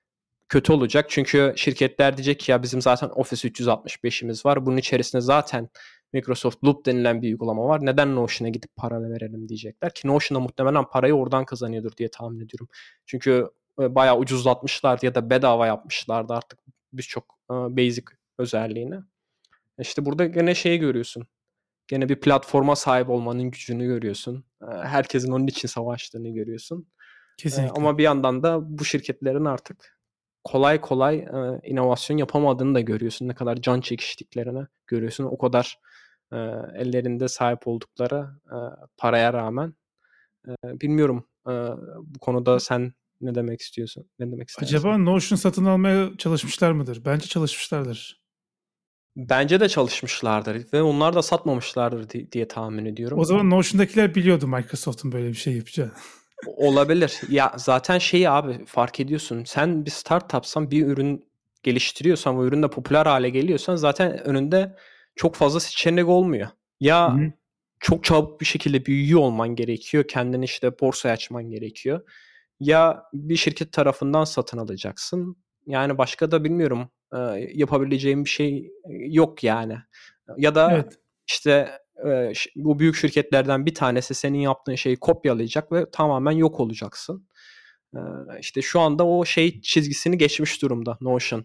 kötü olacak. Çünkü şirketler diyecek ki ya bizim zaten Office üç yüz altmış beşimiz var. Bunun içerisinde zaten Microsoft Loop denilen bir uygulama var. Neden Notion'a gidip para verelim diyecekler ki Notion'a muhtemelen parayı oradan kazanıyordur diye tahmin ediyorum. Çünkü bayağı ucuzlatmışlardı ya da bedava yapmışlardı artık birçok basic özelliğini. İşte burada gene şeyi görüyorsun. Gene bir platforma sahip olmanın gücünü görüyorsun. Herkesin onun için savaştığını görüyorsun. Kesinlikle. Ama bir yandan da bu şirketlerin artık kolay kolay inovasyon yapamadığını da görüyorsun. Ne kadar can çekiştiklerini görüyorsun. O kadar ellerinde sahip oldukları paraya rağmen. Bilmiyorum bu konuda sen ne demek istiyorsun? Ne demek istersin? Acaba Notion satın almaya çalışmışlar mıdır? Bence çalışmışlardır. Bence de çalışmışlardır ve onlar da satmamışlardır diye tahmin ediyorum. O zaman Notion'dakiler biliyordu Microsoft'un böyle bir şey yapacağını. Olabilir. Ya zaten şeyi abi fark ediyorsun. Sen bir startupsan, bir ürün geliştiriyorsan, o ürün de popüler hale geliyorsan zaten önünde çok fazla seçenek olmuyor. Ya Hı-hı. çok çabuk bir şekilde büyüyor olman gerekiyor. Kendini işte borsaya açman gerekiyor. Ya bir şirket tarafından satın alacaksın. Yani başka da bilmiyorum yapabileceğim bir şey yok yani. Ya da Evet. işte bu büyük şirketlerden bir tanesi senin yaptığın şeyi kopyalayacak ve tamamen yok olacaksın. İşte şu anda o şey çizgisini geçmiş durumda Notion.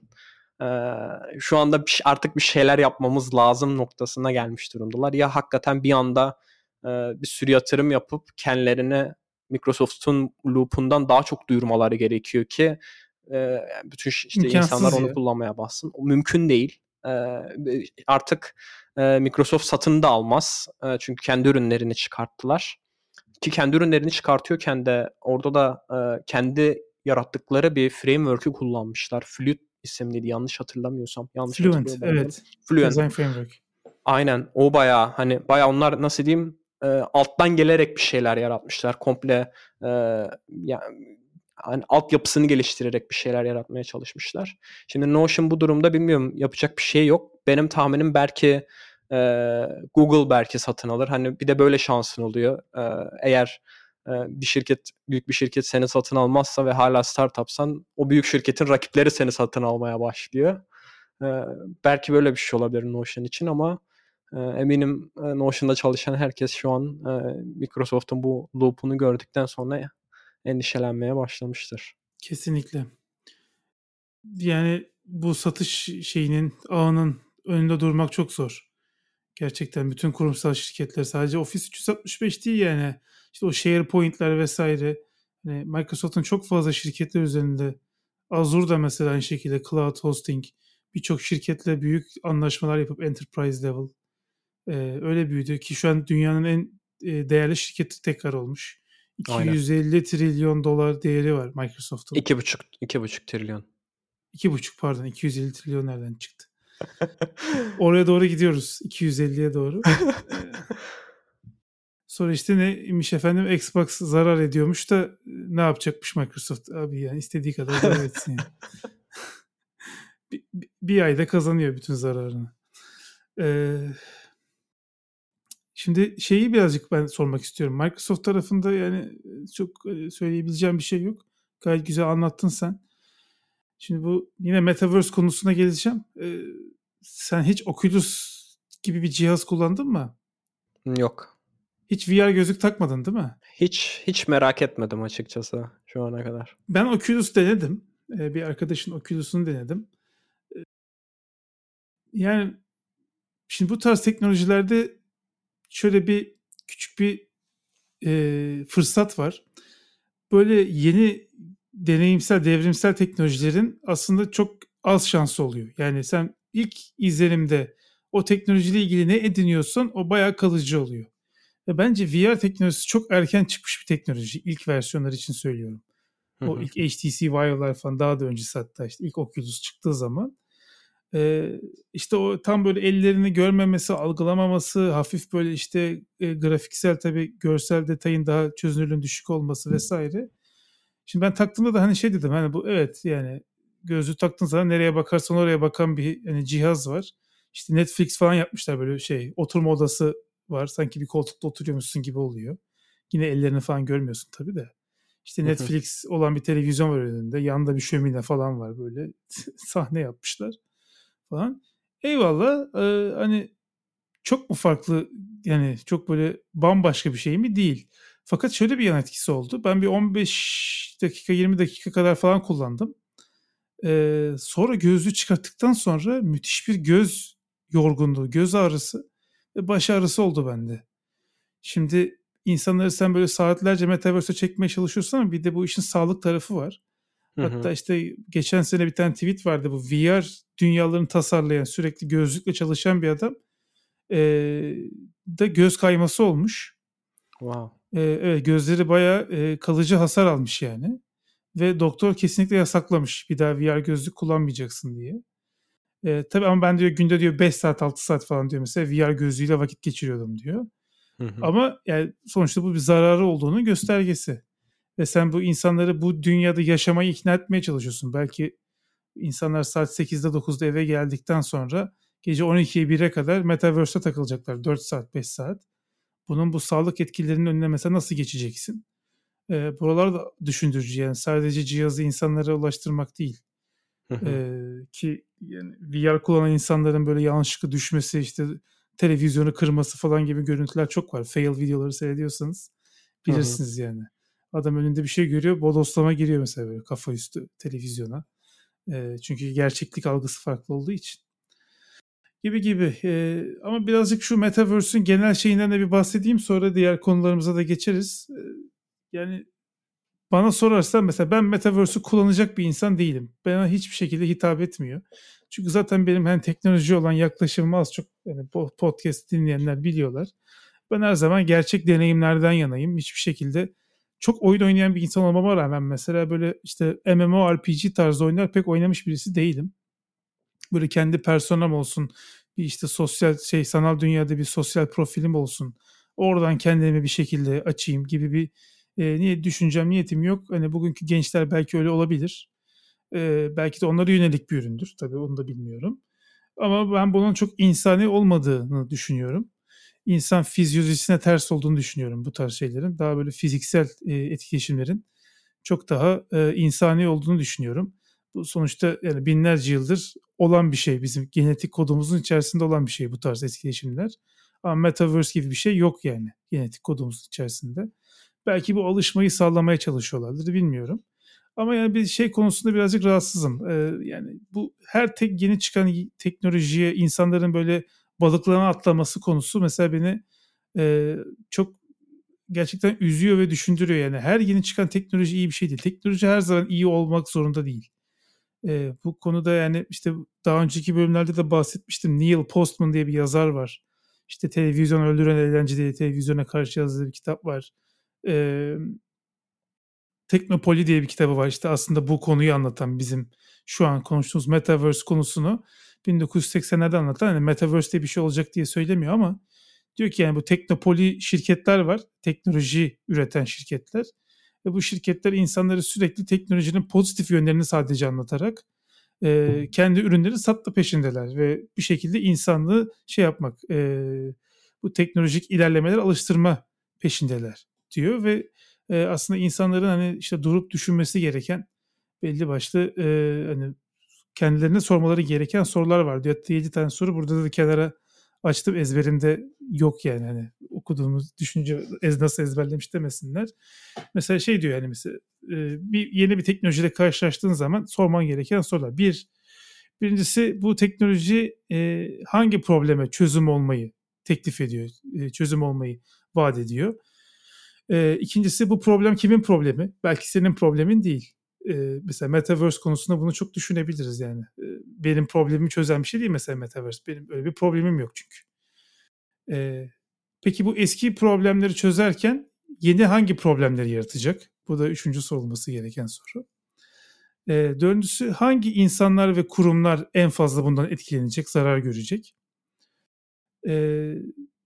Şu anda artık bir şeyler yapmamız lazım noktasına gelmiş durumdalar. Ya hakikaten bir anda bir sürü yatırım yapıp kendilerine Microsoft'un Loop'undan daha çok duyurmaları gerekiyor ki bütün işte insanlar İmkansız onu ya. kullanmaya bassın. O mümkün değil. Artık Microsoft satın da almaz. Çünkü kendi ürünlerini çıkarttılar. Ki kendi ürünlerini çıkartıyorken de orada da kendi yarattıkları bir framework'ü kullanmışlar. Fluent isimliydi yanlış hatırlamıyorsam. Yanlış Fluent, hatırlıyor olabilirim. evet. Fluent. Design Framework. Aynen. O bayağı hani bayağı onlar nasıl diyeyim e, alttan gelerek bir şeyler yaratmışlar. Komple e, yani hani altyapısını geliştirerek bir şeyler yaratmaya çalışmışlar. Şimdi Notion bu durumda bilmiyorum yapacak bir şey yok. Benim tahminim belki e, Google belki satın alır. Hani bir de böyle şansın oluyor. E, eğer e, bir şirket büyük bir şirket seni satın almazsa ve hala startupsan o büyük şirketin rakipleri seni satın almaya başlıyor. E, belki böyle bir şey olabilir Notion için ama e, eminim e, Notion'da çalışan herkes şu an e, Microsoft'un bu loop'unu gördükten sonra endişelenmeye başlamıştır. Kesinlikle. Yani bu satış şeyinin, ağının önünde durmak çok zor. Gerçekten bütün kurumsal şirketler sadece Office üç yüz altmış beş değil yani. İşte o SharePoint'ler vesaire. Hani Microsoft'un çok fazla şirketler üzerinde. Azure da mesela aynı şekilde cloud hosting. Birçok şirketle büyük anlaşmalar yapıp enterprise level. Ee, öyle büyüdü ki şu an dünyanın en e, değerli şirketi tekrar olmuş. Aynen. iki yüz elli trilyon dolar değeri var Microsoft'un. İki buçuk, iki buçuk trilyon. iki buçuk pardon iki yüz elli trilyon nereden çıktı? Oraya doğru gidiyoruz. iki yüz elliye doğru. Ee, sonra işte neymiş efendim Xbox zarar ediyormuş da ne yapacakmış Microsoft? Abi yani istediği kadar zarar etsin yani. bir, bir ayda kazanıyor bütün zararını. Ee, Şimdi şeyi birazcık ben sormak istiyorum. Microsoft tarafında yani çok söyleyebileceğim bir şey yok. Gayet güzel anlattın sen. Şimdi bu yine Metaverse konusuna geleceğim. Ee, sen hiç Oculus gibi bir cihaz kullandın mı? Yok. Hiç V R gözlük takmadın değil mi? Hiç hiç merak etmedim açıkçası şu ana kadar. Ben Oculus denedim. Ee, bir arkadaşın Oculus'unu denedim. Ee, yani şimdi bu tarz teknolojilerde şöyle bir küçük bir e, fırsat var. Böyle yeni deneyimsel, devrimsel teknolojilerin aslında çok az şansı oluyor. Yani sen ilk izlenimde o teknolojiyle ilgili ne ediniyorsan o bayağı kalıcı oluyor. Ve bence V R teknolojisi çok erken çıkmış bir teknoloji. İlk versiyonlar için söylüyorum. Hı O hı. ilk H T C Vive'lar falan daha da öncesi hatta işte ilk Oculus çıktığı zaman. Ee, işte o tam böyle ellerini görmemesi, algılamaması, hafif böyle işte e, grafiksel tabii görsel detayın daha çözünürlüğün düşük olması vesaire. Şimdi ben taktığımda da hani şey dedim hani bu evet yani gözlüğü taktığın zaman nereye bakarsan oraya bakan bir hani cihaz var. İşte Netflix falan yapmışlar böyle şey oturma odası var. Sanki bir koltukta oturuyormuşsun gibi oluyor. Yine ellerini falan görmüyorsun tabii de. İşte Hı hı. Netflix olan bir televizyon var önünde. Yanında bir şömine falan var böyle. Sahne yapmışlar falan. Eyvallah. Ee, hani çok mu farklı, yani çok böyle bambaşka bir şey mi? Değil. Fakat şöyle bir yan etkisi oldu. Ben bir on beş dakika yirmi dakika kadar falan kullandım. Ee, sonra gözlüğü çıkarttıktan sonra müthiş bir göz yorgunluğu, göz ağrısı ve baş ağrısı oldu bende. Şimdi insanları sen böyle saatlerce metaverse'e çekmeye çalışıyorsun ama bir de bu işin sağlık tarafı var. Hı hı. Hatta işte geçen sene bir tane tweet vardı, bu V R dünyalarını tasarlayan, sürekli gözlükle çalışan bir adam ee, da göz kayması olmuş. Wow. Ee, evet, gözleri bayağı e, kalıcı hasar almış yani. Ve doktor kesinlikle yasaklamış. Bir daha V R gözlük kullanmayacaksın diye. Ee, tabii ama ben diyor günde diyor beş saat altı saat falan diyor mesela V R gözlüğüyle vakit geçiriyordum diyor. Hı hı. Ama yani sonuçta bu bir zararı olduğunun göstergesi. Ve sen bu insanları bu dünyada yaşamayı ikna etmeye çalışıyorsun. Belki insanlar saat sekizde dokuzda eve geldikten sonra gece on ikiye bire kadar Metaverse'e takılacaklar. dört saat beş saat. Bunun bu sağlık etkilerinin önüne mesela nasıl geçeceksin? Ee, buralar da düşündürücü, yani sadece cihazı insanlara ulaştırmak değil. Hı hı. Ee, ki yani V R kullanan insanların böyle yanlışlıkla düşmesi, işte televizyonu kırması falan gibi görüntüler çok var. Fail videoları seyrediyorsanız Hı hı. bilirsiniz yani. Adam önünde bir şey görüyor, bodoslama giriyor mesela böyle kafa üstü televizyona. Ee, çünkü gerçeklik algısı farklı olduğu için. Gibi gibi. Ee, ama birazcık şu Metaverse'ün genel şeyinden de bir bahsedeyim. Sonra diğer konularımıza da geçeriz. Ee, yani bana sorarsan mesela ben Metaverse'ü kullanacak bir insan değilim. Bana hiçbir şekilde hitap etmiyor. Çünkü zaten benim hani teknoloji olan yaklaşımım az çok, yani podcast dinleyenler biliyorlar. Ben her zaman gerçek deneyimlerden yanayım. Hiçbir şekilde çok oyun oynayan bir insan olmama rağmen mesela böyle işte MMORPG tarzı oyunlar pek oynamış birisi değilim. Böyle kendi personam olsun, bir işte sosyal şey, sanal dünyada bir sosyal profilim olsun. Oradan kendimi bir şekilde açayım gibi bir e, niye düşüncem, niyetim yok. Hani bugünkü gençler belki öyle olabilir. E, belki de onlara yönelik bir üründür. Tabii onu da bilmiyorum. Ama ben bunun çok insani olmadığını düşünüyorum. İnsan fizyolojisine ters olduğunu düşünüyorum bu tarz şeylerin. Daha böyle fiziksel e, etkileşimlerin çok daha e, insani olduğunu düşünüyorum. Bu sonuçta yani binlerce yıldır olan bir şey. Bizim genetik kodumuzun içerisinde olan bir şey bu tarz etkileşimler. Ama Metaverse gibi bir şey yok yani genetik kodumuzun içerisinde. Belki bu alışmayı sağlamaya çalışıyorlardır, bilmiyorum. Ama yani bir şey konusunda birazcık rahatsızım. Ee, yani bu her tek yeni çıkan teknolojiye insanların böyle balıklama atlaması konusu mesela beni e, çok gerçekten üzüyor ve düşündürüyor. Yani her yeni çıkan teknoloji iyi bir şey değil. Teknoloji her zaman iyi olmak zorunda değil. Ee, bu konuda yani işte daha önceki bölümlerde de bahsetmiştim. Neil Postman diye bir yazar var. İşte Televizyon Öldüren Eğlence diye televizyona karşı yazdığı bir kitap var. Ee, Teknopoli diye bir kitabı var. İşte aslında bu konuyu anlatan, bizim şu an konuştuğumuz Metaverse konusunu bin dokuz yüz seksenlerde anlatan, hani Metaverse diye bir şey olacak diye söylemiyor ama diyor ki yani bu teknopoli şirketler var. Teknoloji üreten şirketler. Ve bu şirketler insanları sürekli teknolojinin pozitif yönlerini sadece anlatarak e, kendi ürünleri satma peşindeler. Ve bir şekilde insanlığı şey yapmak, e, bu teknolojik ilerlemeler alıştırma peşindeler diyor. Ve e, aslında insanların hani işte durup düşünmesi gereken belli başlı e, hani kendilerine sormaları gereken sorular var diyor. Hatta yedi tane soru burada da kenara açtım, ezberimde yok yani, hani okuduğumuz düşünce ez nasıl ezberlemiş demesinler. Mesela şey diyor yani, mesela e, bir yeni bir teknolojiyle karşılaştığın zaman sorman gereken sorular. Bir, birincisi bu teknoloji e, hangi probleme çözüm olmayı teklif ediyor, e, çözüm olmayı vaat ediyor. E, ikincisi bu problem kimin problemi? Belki senin problemin değil. E, mesela Metaverse konusunda bunu çok düşünebiliriz yani. E, benim problemimi çözen bir şey değil mesela Metaverse. Benim öyle bir problemim yok çünkü. E, peki bu eski problemleri çözerken yeni hangi problemleri yaratacak? Bu da üçüncü sorulması gereken soru. E, dördüncüsü hangi insanlar ve kurumlar en fazla bundan etkilenecek, zarar görecek? E,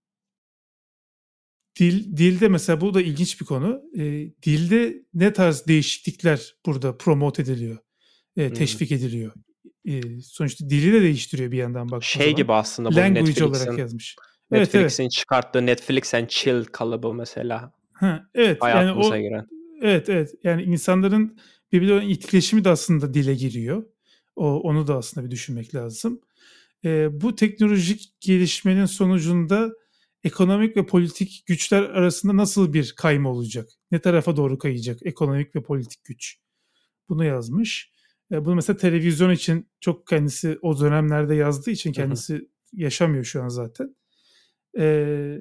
Dil, dilde mesela bu da ilginç bir konu. E, dilde ne tarz değişiklikler burada promote ediliyor, e, Hımm. teşvik ediliyor? E, sonuçta dili de değiştiriyor bir yandan baktığın Şey zaman. gibi aslında bu Language olarak Netflix'in yazmış. Evet, evet. Netflix'in çıkarttığı Netflix and Chill kalıbı mesela Ha, evet yani hayatımıza o giren. Evet, evet. Yani insanların birbirleriyle olan etkileşimi de aslında dile giriyor. O onu da aslında bir düşünmek lazım. Eee, bu teknolojik gelişmenin sonucunda ekonomik ve politik güçler arasında nasıl bir kayma olacak? Ne tarafa doğru kayacak ekonomik ve politik güç? Bunu yazmış. Eee, bunu mesela televizyon için çok kendisi o dönemlerde yazdığı için Hı hı. kendisi yaşamıyor şu an zaten. Eee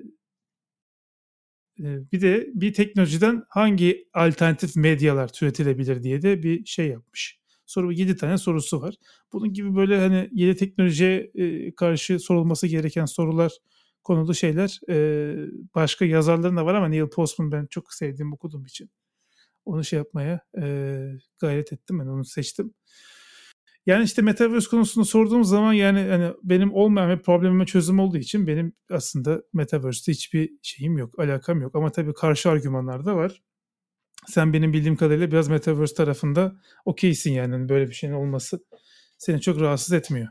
Eee, bir de bir teknolojiden hangi alternatif medyalar türetilebilir diye de bir şey yapmış. Soru yedi tane sorusu var. Bunun gibi böyle hani yeni teknolojiye eee, karşı sorulması gereken sorular konulu şeyler eee, başka yazarların da var ama Neil Postman ben çok sevdiğim okuduğum için onu şey yapmaya eee, gayret ettim ben onu seçtim. Yani işte Metaverse konusunu sorduğum zaman yani hani benim olmayan bir problemime çözüm olduğu için benim aslında Metaverse'te hiçbir şeyim yok, alakam yok. Ama tabii karşı argümanlar da var. Sen benim bildiğim kadarıyla biraz Metaverse tarafında okeysin yani hani böyle bir şeyin olması seni çok rahatsız etmiyor.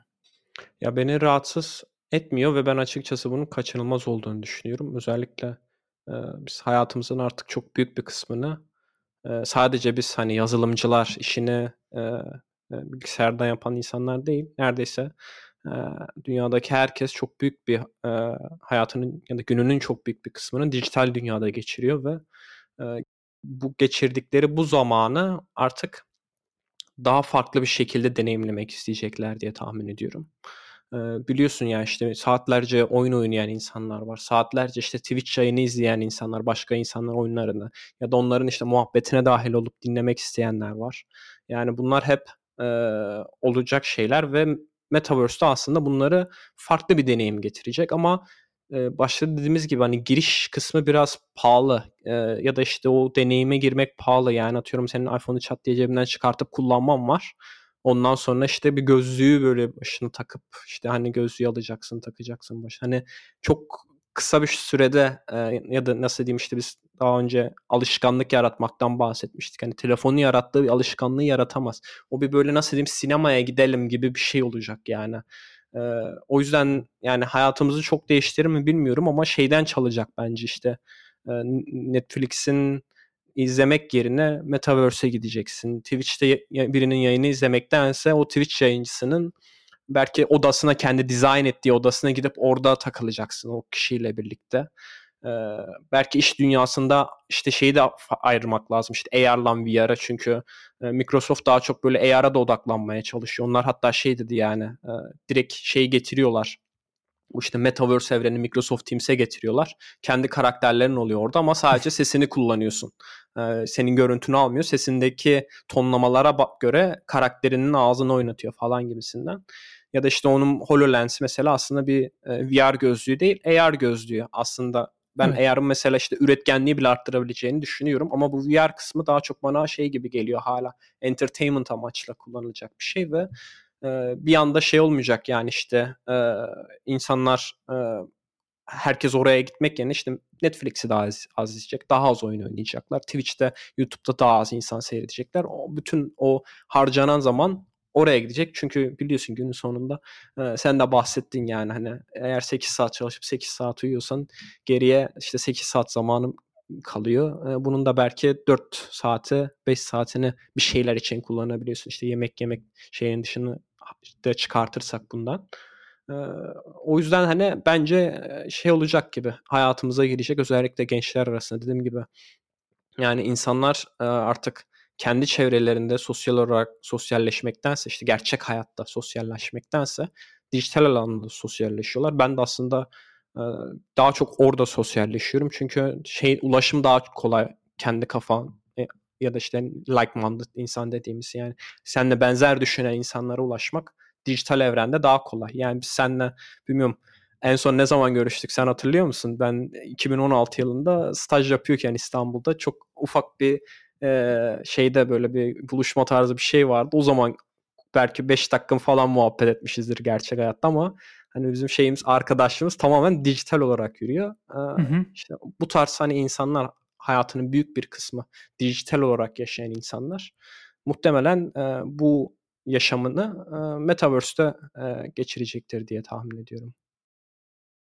Ya beni rahatsız etmiyor ve ben açıkçası bunun kaçınılmaz olduğunu düşünüyorum. Özellikle e, biz hayatımızın artık çok büyük bir kısmını e, sadece biz hani yazılımcılar işini e, e, bilgisayardan yapan insanlar değil, neredeyse e, dünyadaki herkes çok büyük bir e, hayatının ya da gününün çok büyük bir kısmını dijital dünyada geçiriyor ve e, bu geçirdikleri bu zamanı artık daha farklı bir şekilde deneyimlemek isteyecekler diye tahmin ediyorum. Eee, biliyorsun ya işte saatlerce oyun oynayan insanlar var. Saatlerce işte Twitch yayını izleyen insanlar, başka insanlar oyunlarını ya da onların işte muhabbetine dahil olup dinlemek isteyenler var. Yani bunlar hep eee, olacak şeyler ve Metaverse'de aslında bunları farklı bir deneyim getirecek ama eee, başta dediğimiz gibi hani giriş kısmı biraz pahalı. Eee, ya da işte o deneyime girmek pahalı. Yani atıyorum senin iPhone'u çat diye cebinden çıkartıp kullanman var. Ondan sonra işte bir gözlüğü böyle başına takıp işte hani gözlüğü alacaksın, takacaksın başına. Hani çok kısa bir sürede e, ya da nasıl diyeyim işte biz daha önce alışkanlık yaratmaktan bahsetmiştik. Hani telefonun yarattığı bir alışkanlığı yaratamaz. O bir böyle nasıl diyeyim sinemaya gidelim gibi bir şey olacak yani. Ee, o yüzden yani hayatımızı çok değiştirir mi bilmiyorum ama şeyden çalacak bence işte. Ee, Netflix'in izlemek yerine Metaverse'e gideceksin. Twitch'te birinin yayını izlemektense o Twitch yayıncısının belki odasına kendi dizayn ettiği odasına gidip orada takılacaksın o kişiyle birlikte. Ee, belki iş dünyasında işte şeyi de ayırmak lazım. İşte A R'la V R'a çünkü e, Microsoft daha çok böyle A R'a da odaklanmaya çalışıyor. Onlar hatta şey dedi yani e, direkt şeyi getiriyorlar. Bu işte Metaverse evreni Microsoft Teams'e getiriyorlar. Kendi karakterlerin oluyor orada ama sadece sesini kullanıyorsun. Ee, senin görüntünü almıyor. Sesindeki tonlamalara göre karakterinin ağzını oynatıyor falan gibisinden. Ya da işte onun HoloLens mesela aslında bir e, V R gözlüğü değil, A R gözlüğü aslında. Ben Evet. A R'ın mesela işte üretkenliği bile arttırabileceğini düşünüyorum ama bu V R kısmı daha çok bana şey gibi geliyor hala. Entertainment amaçla kullanılacak bir şey ve e, bir anda şey olmayacak yani işte e, insanlar e, herkes oraya gitmek yerine işte Netflix'i daha az, az izleyecek. Daha az oyun oynayacaklar. Twitch'te, YouTube'da daha az insan seyredecekler. O bütün o harcanan zaman oraya gidecek. Çünkü biliyorsun günün sonunda e, sen de bahsettin yani hani eğer sekiz saat çalışıp sekiz saat uyuyorsan geriye işte sekiz saat zamanım kalıyor. E, bunun da belki dört saati, beş saatini bir şeyler için kullanabiliyorsun. İşte yemek yemek şeyin dışını de çıkartırsak bundan. Ee, o yüzden hani bence şey olacak gibi hayatımıza girecek özellikle gençler arasında dediğim gibi. Yani insanlar e, artık kendi çevrelerinde sosyal olarak sosyalleşmektense işte gerçek hayatta sosyalleşmektense dijital alanda sosyalleşiyorlar. Ben de aslında e, daha çok orada sosyalleşiyorum. Çünkü şey ulaşım daha kolay kendi kafan e, ya da işte like-minded insan dediğimiz yani seninle benzer düşünen insanlara ulaşmak dijital evrende daha kolay. Yani biz seninle bilmiyorum en son ne zaman görüştük sen hatırlıyor musun? Ben iki bin on altı yılında staj yapıyorken İstanbul'da çok ufak bir e, şeyde böyle bir buluşma tarzı bir şey vardı. O zaman belki beş dakika falan muhabbet etmişizdir gerçek hayatta ama hani bizim şeyimiz arkadaşlığımız tamamen dijital olarak yürüyor. Ee, Hı hı. işte bu tarz hani insanlar hayatının büyük bir kısmı dijital olarak yaşayan insanlar muhtemelen e, bu yaşamını e, Metaverse'te e, geçirecektir diye tahmin ediyorum.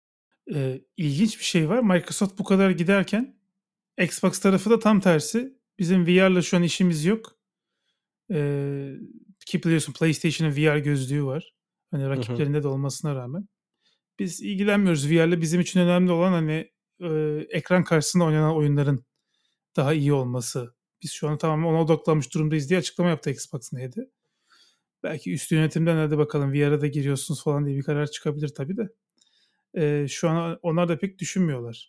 Eee, ilginç bir şey var. Microsoft bu kadar giderken Xbox tarafı da tam tersi. Bizim V R'la şu an işimiz yok. Eee, ki biliyorsun PlayStation'ın V R gözlüğü var. Hani Hı hı. rakiplerinde de olmasına rağmen. Biz ilgilenmiyoruz V R'la. Bizim için önemli olan hani eee, ekran karşısında oynanan oyunların daha iyi olması. Biz şu an tamamen ona odaklanmış durumdayız diye açıklama yaptı Xbox'ın heyeti. Belki üst yönetimden hadi bakalım V R'a da giriyorsunuz falan diye bir karar çıkabilir tabii de. Eee, şu an onlar da pek düşünmüyorlar.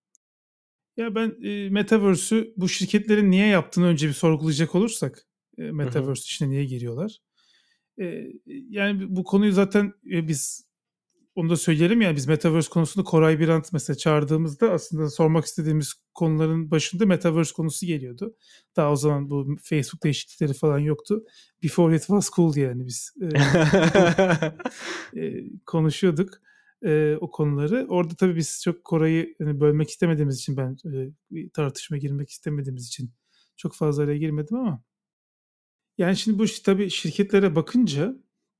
Ya ben e, Metaverse'ü bu şirketlerin niye yaptığını önce bir sorgulayacak olursak, e, Hı hı. Metaverse içine niye giriyorlar? E, yani bu konuyu zaten e, biz onu da söyleyelim yani biz Metaverse konusunda Koray Birant mesela çağırdığımızda aslında sormak istediğimiz konuların başında Metaverse konusu geliyordu. Daha o zaman bu Facebook değişiklikleri falan yoktu. Before it was cool yani biz e, bu e, konuşuyorduk e, o konuları. Orada tabii biz çok Koray'ı hani, bölmek istemediğimiz için ben e, bir tartışma girmek istemediğimiz için çok fazla araya girmedim ama yani şimdi bu tabii şirketlere bakınca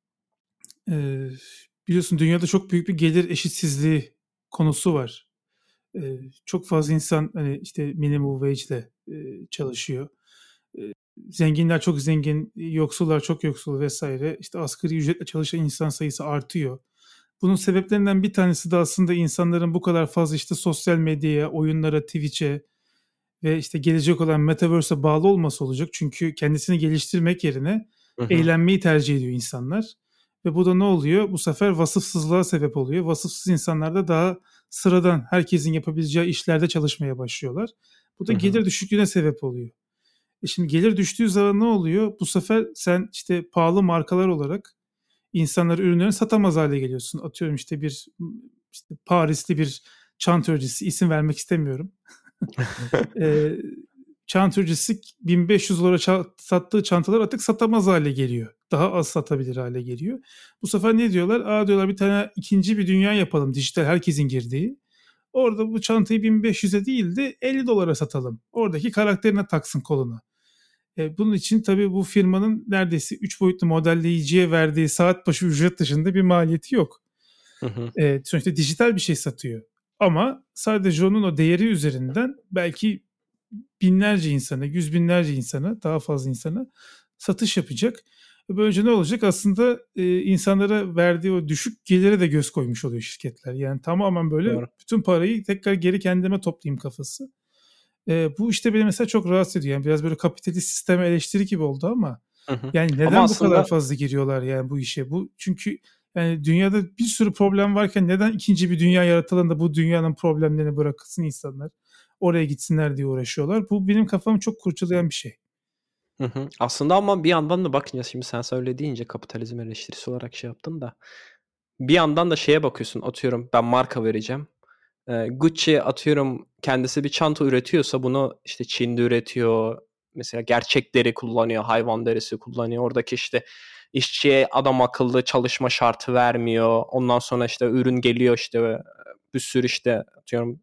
e, biliyorsun dünyada çok büyük bir gelir eşitsizliği konusu var. E, çok fazla insan hani işte minimum wage ile e, çalışıyor. E, zenginler çok zengin, yoksullar çok yoksul vesaire. İşte asgari ücretle çalışan insan sayısı artıyor. Bunun sebeplerinden bir tanesi de aslında insanların bu kadar fazla işte sosyal medyaya, oyunlara, Twitch'e ve işte gelecek olan Metaverse'e bağlı olması olacak. Çünkü kendisini geliştirmek yerine Hı hı. eğlenmeyi tercih ediyor insanlar. Ve bu da ne oluyor? Bu sefer vasıfsızlığa sebep oluyor. Vasıfsız insanlar da daha sıradan herkesin yapabileceği işlerde çalışmaya başlıyorlar. Bu da Hı hı. gelir düşüklüğüne sebep oluyor. E şimdi gelir düştüğü zaman ne oluyor? Bu sefer sen işte pahalı markalar olarak insanlara ürünlerini satamaz hale geliyorsun. Atıyorum işte bir işte Parisli bir çanta örecisi, isim vermek istemiyorum. Eee çanta örecisi bin beş yüz dolara ça- sattığı çantalar artık satamaz hale geliyor. Daha az satabilir hale geliyor. Bu sefer ne diyorlar? Aa diyorlar bir tane ikinci bir dünya yapalım dijital herkesin girdiği. Orada bu çantayı bin beş yüze değil de elli dolara satalım. Oradaki karakterine taksın koluna. E, bunun için tabii bu firmanın neredeyse üç boyutlu modelleyiciye verdiği saat başı ücret dışında bir maliyeti yok. Hı hı. E, sonuçta dijital bir şey satıyor. Ama sadece onun o değeri üzerinden belki binlerce insana, yüz binlerce insana, daha fazla insana satış yapacak. E, Böylece ne olacak? Aslında e, insanlara verdiği o düşük gelire de göz koymuş oluyor şirketler. Yani tamamen böyle Doğru. bütün parayı tekrar geri kendime toplayayım kafası. Eee, bu işte beni mesela çok rahatsız ediyor. Yani biraz böyle kapitalist sisteme eleştiri gibi oldu ama Hı hı. yani Ama neden bu kadar aslında fazla giriyorlar yani bu işe? Bu çünkü yani dünyada bir sürü problem varken neden ikinci bir dünya yaratılan da bu dünyanın problemlerini bırakılsın insanlar? Oraya gitsinler diye uğraşıyorlar. Bu benim kafamı çok kurcalayan bir şey. Hı hı. Aslında ama bir yandan da bakınca şimdi sen söyle deyince kapitalizm eleştirisi olarak şey yaptın da bir yandan da şeye bakıyorsun atıyorum ben marka vereceğim. Eee, Gucci atıyorum kendisi bir çanta üretiyorsa bunu işte Çin'de üretiyor. Mesela gerçek deri kullanıyor, hayvan derisi kullanıyor. Oradaki işte işçiye adam akıllı çalışma şartı vermiyor. Ondan sonra işte ürün geliyor işte eee, bir sürü işte atıyorum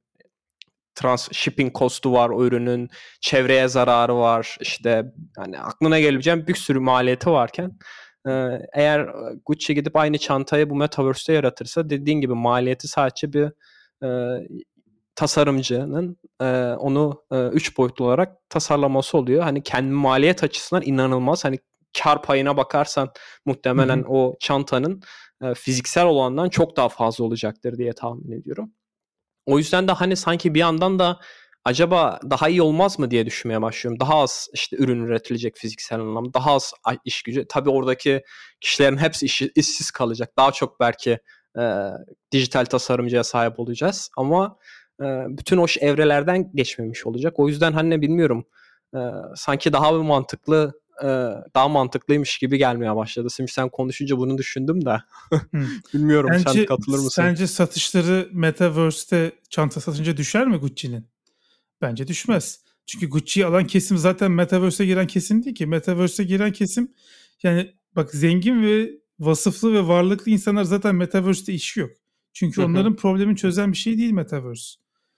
trans shipping cost'u var o ürünün, çevreye zararı var. İşte hani aklına gelebileceğin bir sürü maliyeti varken eee, eğer Gucci gidip aynı çantayı bu Metaverse'te yaratırsa dediğin gibi maliyeti sadece bir eee, tasarımcının eee, onu eee, üç boyutlu olarak tasarlaması oluyor. Hani kendi maliyet açısından inanılmaz. Hani kar payına bakarsan Hı muhtemelen hı. o çantanın eee, fiziksel olandan çok daha fazla olacaktır diye tahmin ediyorum. O yüzden de hani sanki bir yandan da acaba daha iyi olmaz mı diye düşünmeye başlıyorum. Daha az işte ürün üretilecek fiziksel anlamda. Daha az iş gücü. Tabii oradaki kişilerin hepsi işi, işsiz kalacak. Daha çok belki e, dijital tasarımcıya sahip olacağız. Ama e, bütün o evrelerden geçmemiş olacak. O yüzden hani bilmiyorum. E, sanki daha bir mantıklı e, daha mantıklıymış gibi gelmeye başladı. Şimdi sen konuşunca bunu düşündüm de. Hı. Bilmiyorum sen Sence katılır mısın? sence satışları Metaverse'te çanta satınca düşer mi Gucci'nin? Bence düşmez. Çünkü Gucci'yi alan kesim zaten Metaverse'e giren kesim değil ki. Metaverse'e giren kesim yani bak zengin ve vasıflı ve varlıklı insanlar zaten Metaverse'te işi yok. Çünkü Hı hı. onların problemini çözen bir şey değil Metaverse.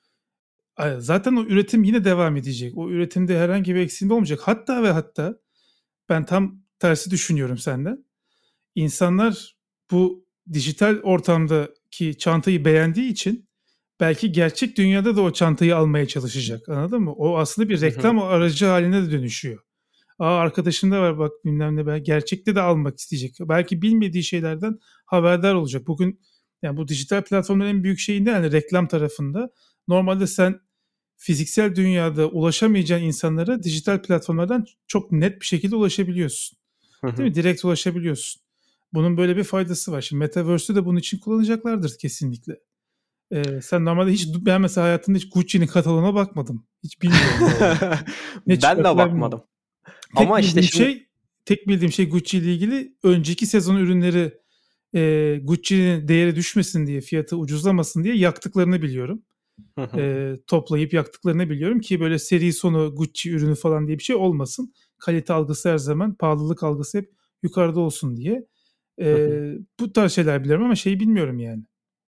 Zaten o üretim yine devam edecek. O üretimde herhangi bir eksilme olmayacak. Hatta ve hatta ben tam tersi düşünüyorum senden. İnsanlar bu dijital ortamdaki çantayı beğendiği için belki gerçek dünyada da o çantayı almaya çalışacak. Anladın mı? O aslında bir Hı hı. reklam aracı haline de dönüşüyor. Aa, arkadaşın da var bak bilmem ne, ben gerçekte de almak isteyecek. Belki bilmediği şeylerden haberdar olacak. Bugün yani bu dijital platformların en büyük şeyi ne? Yani reklam tarafında. Normalde sen fiziksel dünyada ulaşamayacağın insanlara dijital platformlardan çok net bir şekilde ulaşabiliyorsun. Hı Değil hı. mi? Direkt ulaşabiliyorsun. Bunun böyle bir faydası var. Şimdi Metaverse'ü de bunun için kullanacaklardır kesinlikle. Ee, sen normalde hiç, ben mesela hayatımda hiç Gucci'nin kataloğuna bakmadım. Hiç bilmiyorum ne olduğunu. Ne Ben de çıkarttılar bilmiyorum. bakmadım. Tek Ama işte bildiğim şimdi şey, tek bildiğim şey Gucci ile ilgili önceki sezon ürünleri e, Gucci'nin değeri düşmesin diye, fiyatı ucuzlamasın diye yaktıklarını biliyorum. Hı hı. E, toplayıp yaktıklarını biliyorum ki böyle seri sonu Gucci ürünü falan diye bir şey olmasın. Kalite algısı her zaman, pahalılık algısı hep yukarıda olsun diye. Hı E, hı. bu tarz şeyler biliyorum ama şeyi bilmiyorum yani.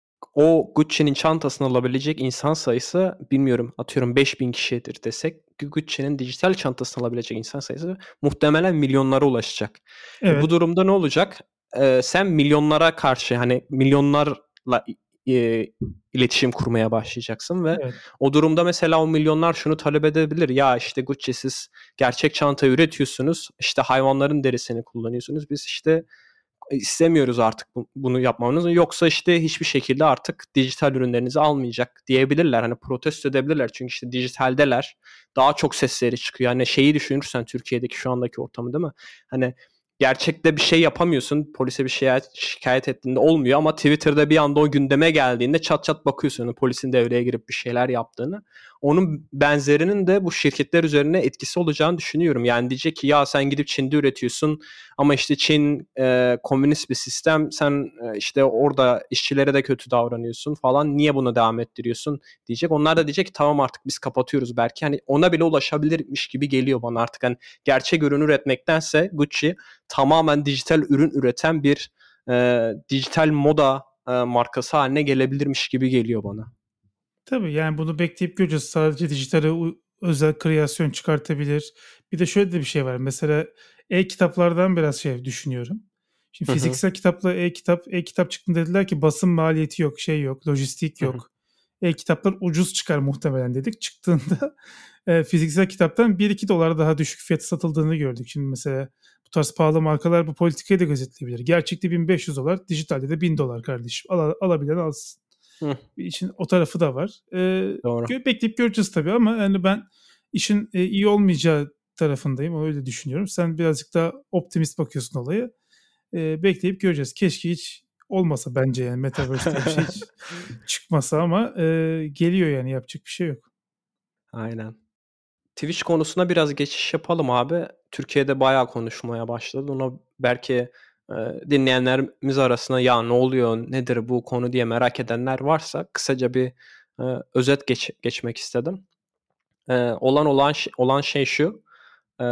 O Gucci'nin çantasını alabilecek insan sayısı bilmiyorum atıyorum beş bin kişidir desek Gucci'nin dijital çantasını alabilecek insan sayısı muhtemelen milyonlara ulaşacak. E, bu Evet, durumda ne olacak? Eee, sen milyonlara karşı hani milyonlarla eee, iletişim kurmaya başlayacaksın ve evet. o durumda mesela o milyonlar şunu talep edebilir. Ya işte Gucci siz gerçek çanta üretiyorsunuz. İşte hayvanların derisini kullanıyorsunuz. Biz işte istemiyoruz artık bu, bunu yapmanızı. Yoksa işte hiçbir şekilde artık dijital ürünlerinizi almayacak diyebilirler. Hani protesto edebilirler. Çünkü işte dijitaldeler. Daha çok sesleri çıkıyor. Hani şeyi düşünürsen Türkiye'deki şu andaki ortamı değil mi? Hani gerçekte bir şey yapamıyorsun. Polise bir şikayet, şikayet ettiğinde olmuyor ama Twitter'da bir anda o gündeme geldiğinde çat çat bakıyorsun hani polisin devreye girip bir şeyler yaptığını. Onun benzerinin de bu şirketler üzerine etkisi olacağını düşünüyorum. Yani diyecek ki ya sen gidip Çin'de üretiyorsun ama işte Çin e, komünist bir sistem. Sen e, işte orada işçilere de kötü davranıyorsun falan. Niye bunu devam ettiriyorsun diyecek. Onlar da diyecek ki tamam artık biz kapatıyoruz belki. Hani ona bile ulaşabilirmiş gibi geliyor bana artık. Hani gerçek ürün üretmektense Gucci tamamen dijital ürün üreten bir e, dijital moda e, markası haline gelebilirmiş gibi geliyor bana. Tabii yani bunu bekleyip göreceğiz. Sadece dijitale u- özel kreasyon çıkartabilir. Bir de şöyle de bir şey var. Mesela e-kitaplardan biraz şey düşünüyorum. Şimdi Hı hı. fiziksel kitapla e-kitap, e-kitap çıktığında dediler ki basım maliyeti yok, şey yok, lojistik Hı hı. yok. E-kitaplar ucuz çıkar muhtemelen dedik. Çıktığında e, fiziksel kitaptan bir iki dolar daha düşük fiyatı satıldığını gördük. Şimdi mesela bu tarz pahalı markalar bu politikayı da gözetleyebilir. Gerçekte bin beş yüz dolar, dijitalde de bin dolar kardeşim. Ala- alabilen alsın. Hı. İşin o tarafı da var. Eee, Doğru. gö bekleyip göreceğiz tabii ama yani ben işin, eee, iyi olmayacağı tarafındayım. Öyle düşünüyorum. Sen birazcık daha optimist bakıyorsun olaya. Eee, bekleyip göreceğiz. Keşke hiç olmasa bence yani Metaverse diye bir şey hiç çıkmasa ama, eee, geliyor yani yapacak bir şey yok. Aynen. Twitch konusuna biraz geçiş yapalım abi. Türkiye'de bayağı konuşmaya başladı. Ona belki e, dinleyenlerimiz arasında ya ne oluyor, nedir bu konu diye merak edenler varsa kısaca bir e, özet geç, geçmek istedim. E, olan olan şey, olan şey şu. E,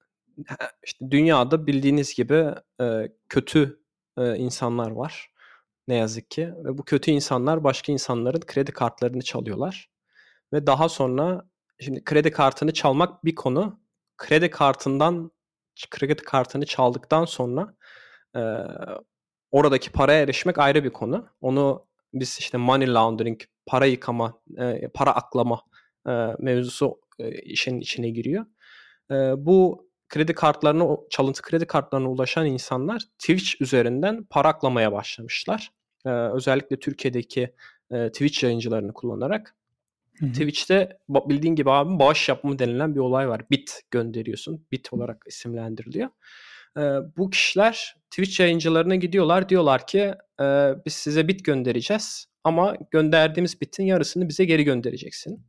işte dünyada bildiğiniz gibi e, kötü e, insanlar var. Ne yazık ki ve bu kötü insanlar başka insanların kredi kartlarını çalıyorlar. Ve daha sonra şimdi kredi kartını çalmak bir konu. Kredi kartından kredi kartını çaldıktan sonra eee, oradaki paraya erişmek ayrı bir konu. Onu biz işte money laundering, para yıkama, eee, para aklama eee, mevzusu eee, işin içine giriyor. Eee, bu kredi kartlarına, çalıntı kredi kartlarına ulaşan insanlar Twitch üzerinden para aklamaya başlamışlar. Eee, özellikle Türkiye'deki eee, Twitch yayıncılarını kullanarak. Hı hı. Twitch'te bildiğin gibi abi bağış yapma denilen bir olay var. Bit gönderiyorsun. Bit olarak isimlendiriliyor. Eee, bu kişiler Twitch yayıncılarına gidiyorlar. Diyorlar ki eee, biz size bit göndereceğiz ama gönderdiğimiz bitin yarısını bize geri göndereceksin.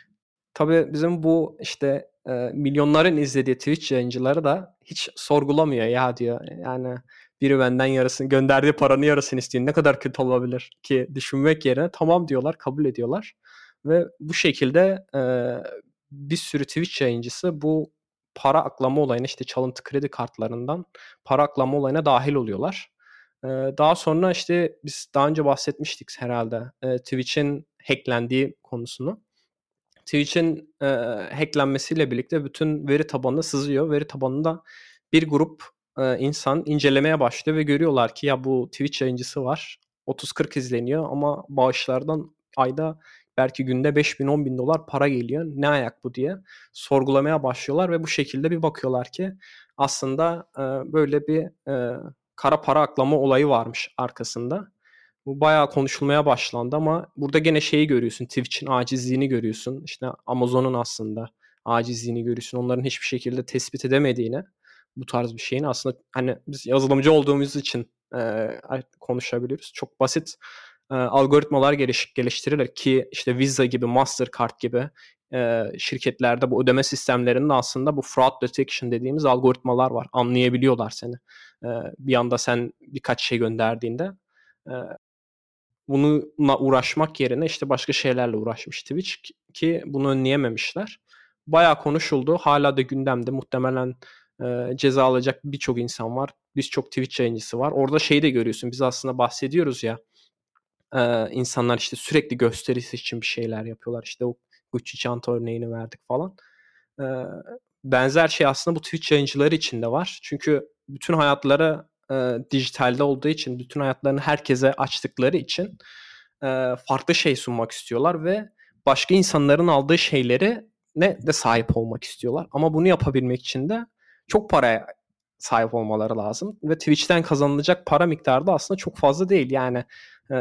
Tabii bizim bu işte eee, milyonların izlediği Twitch yayıncıları da hiç sorgulamıyor ya diyor. Yani biri benden yarısını gönderdiği paranın yarısını istiyor. Ne kadar kötü olabilir ki düşünmek yerine tamam diyorlar, kabul ediyorlar. Ve bu şekilde eee, bir sürü Twitch yayıncısı bu para aklama olayına işte çalıntı kredi kartlarından para aklama olayına dahil oluyorlar. Eee, daha sonra işte biz daha önce bahsetmiştik herhalde eee, Twitch'in hacklendiği konusunu. Twitch'in eee, hacklenmesiyle birlikte bütün veri tabanı sızıyor. Veri tabanında bir grup eee, insan incelemeye başlıyor ve görüyorlar ki ya bu Twitch yayıncısı var. otuz kırk izleniyor ama bağışlardan ayda belki günde beş bin on bin dolar para geliyor. Ne ayak bu diye sorgulamaya başlıyorlar ve bu şekilde bir bakıyorlar ki aslında e, böyle bir e, kara para aklama olayı varmış arkasında. Bu bayağı konuşulmaya başlandı ama burada gene şeyi görüyorsun. Twitch'in acizliğini görüyorsun. İşte Amazon'un aslında acizliğini görüyorsun. Onların hiçbir şekilde tespit edemediğini, bu tarz bir şeyin aslında hani biz yazılımcı olduğumuz için e, konuşabiliyoruz. Çok basit e, algoritmalar geliş, geliştirilir ki işte Visa gibi, Mastercard gibi e, şirketlerde bu ödeme sistemlerinde aslında bu fraud detection dediğimiz algoritmalar var. Anlayabiliyorlar seni. E, bir anda sen birkaç şey gönderdiğinde e, bununla uğraşmak yerine işte başka şeylerle uğraşmış Twitch ki bunu önleyememişler. Bayağı konuşuldu. Hala da gündemde. Muhtemelen e, ceza alacak birçok insan var. Birçok Twitch yayıncısı var. Orada şeyi de görüyorsun. Biz aslında bahsediyoruz ya. E, insanlar işte sürekli gösterisi için bir şeyler yapıyorlar. İşte o Gucci çanta örneğini verdik falan. E, benzer şey aslında bu Twitch yayıncıları için de var. Çünkü bütün hayatları e, dijitalde olduğu için, bütün hayatlarını herkese açtıkları için e, farklı şey sunmak istiyorlar ve başka insanların aldığı şeyleri ne de sahip olmak istiyorlar. Ama bunu yapabilmek için de çok paraya sahip olmaları lazım ve Twitch'ten kazanılacak para miktarı da aslında çok fazla değil. Yani e,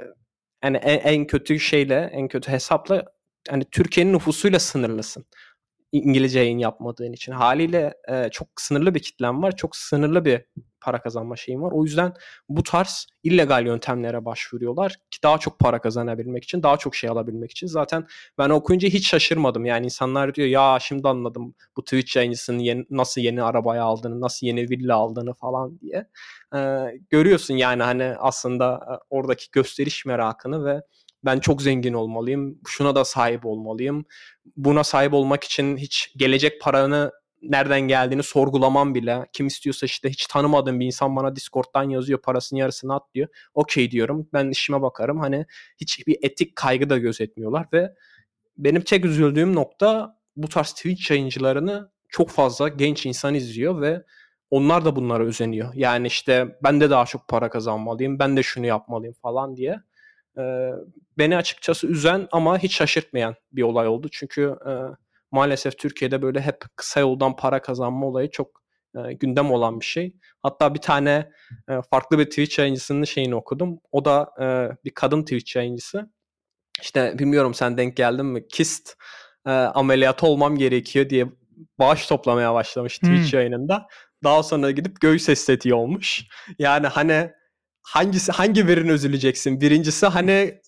yani en, en kötü şeyle, en kötü hesapla hani Türkiye'nin nüfusuyla sınırlısın. İngilizce yayın yapmadığın için. Haliyle e, çok sınırlı bir kitlem var. Çok sınırlı bir para kazanma şeyim var. O yüzden bu tarz illegal yöntemlere başvuruyorlar ki daha çok para kazanabilmek için, daha çok şey alabilmek için. Zaten ben okuyunca hiç şaşırmadım. Yani insanlar diyor ya şimdi anladım bu Twitch yayıncısının yeni, nasıl yeni arabayı aldığını, nasıl yeni villa aldığını falan diye. E, görüyorsun yani hani aslında e, oradaki gösteriş merakını ve ben çok zengin olmalıyım, şuna da sahip olmalıyım. Buna sahip olmak için hiç gelecek paranı nereden geldiğini sorgulamam bile. Kim istiyorsa işte hiç tanımadığım bir insan bana Discord'dan yazıyor, parasının yarısını at diyor. Okey diyorum, ben işime bakarım. Hani hiçbir etik kaygı da gözetmiyorlar ve benim tek üzüldüğüm nokta bu tarz Twitch yayıncılarını çok fazla genç insan izliyor ve onlar da bunlara özeniyor. Yani işte ben de daha çok para kazanmalıyım, ben de şunu yapmalıyım falan diye. Ee, beni açıkçası üzen ama hiç şaşırtmayan bir olay oldu. Çünkü e, maalesef Türkiye'de böyle hep kısa yoldan para kazanma olayı çok e, gündem olan bir şey. Hatta bir tane e, farklı bir Twitch yayıncısının şeyini okudum. O da e, bir kadın Twitch yayıncısı. İşte bilmiyorum sen denk geldin mi? Kist e, ameliyatı olmam gerekiyor diye bağış toplamaya başlamış Twitch Hmm. yayınında. Daha sonra gidip göğüs estetiği olmuş. Yani hani hangisi hangi birine üzüleceksin? Birincisi hani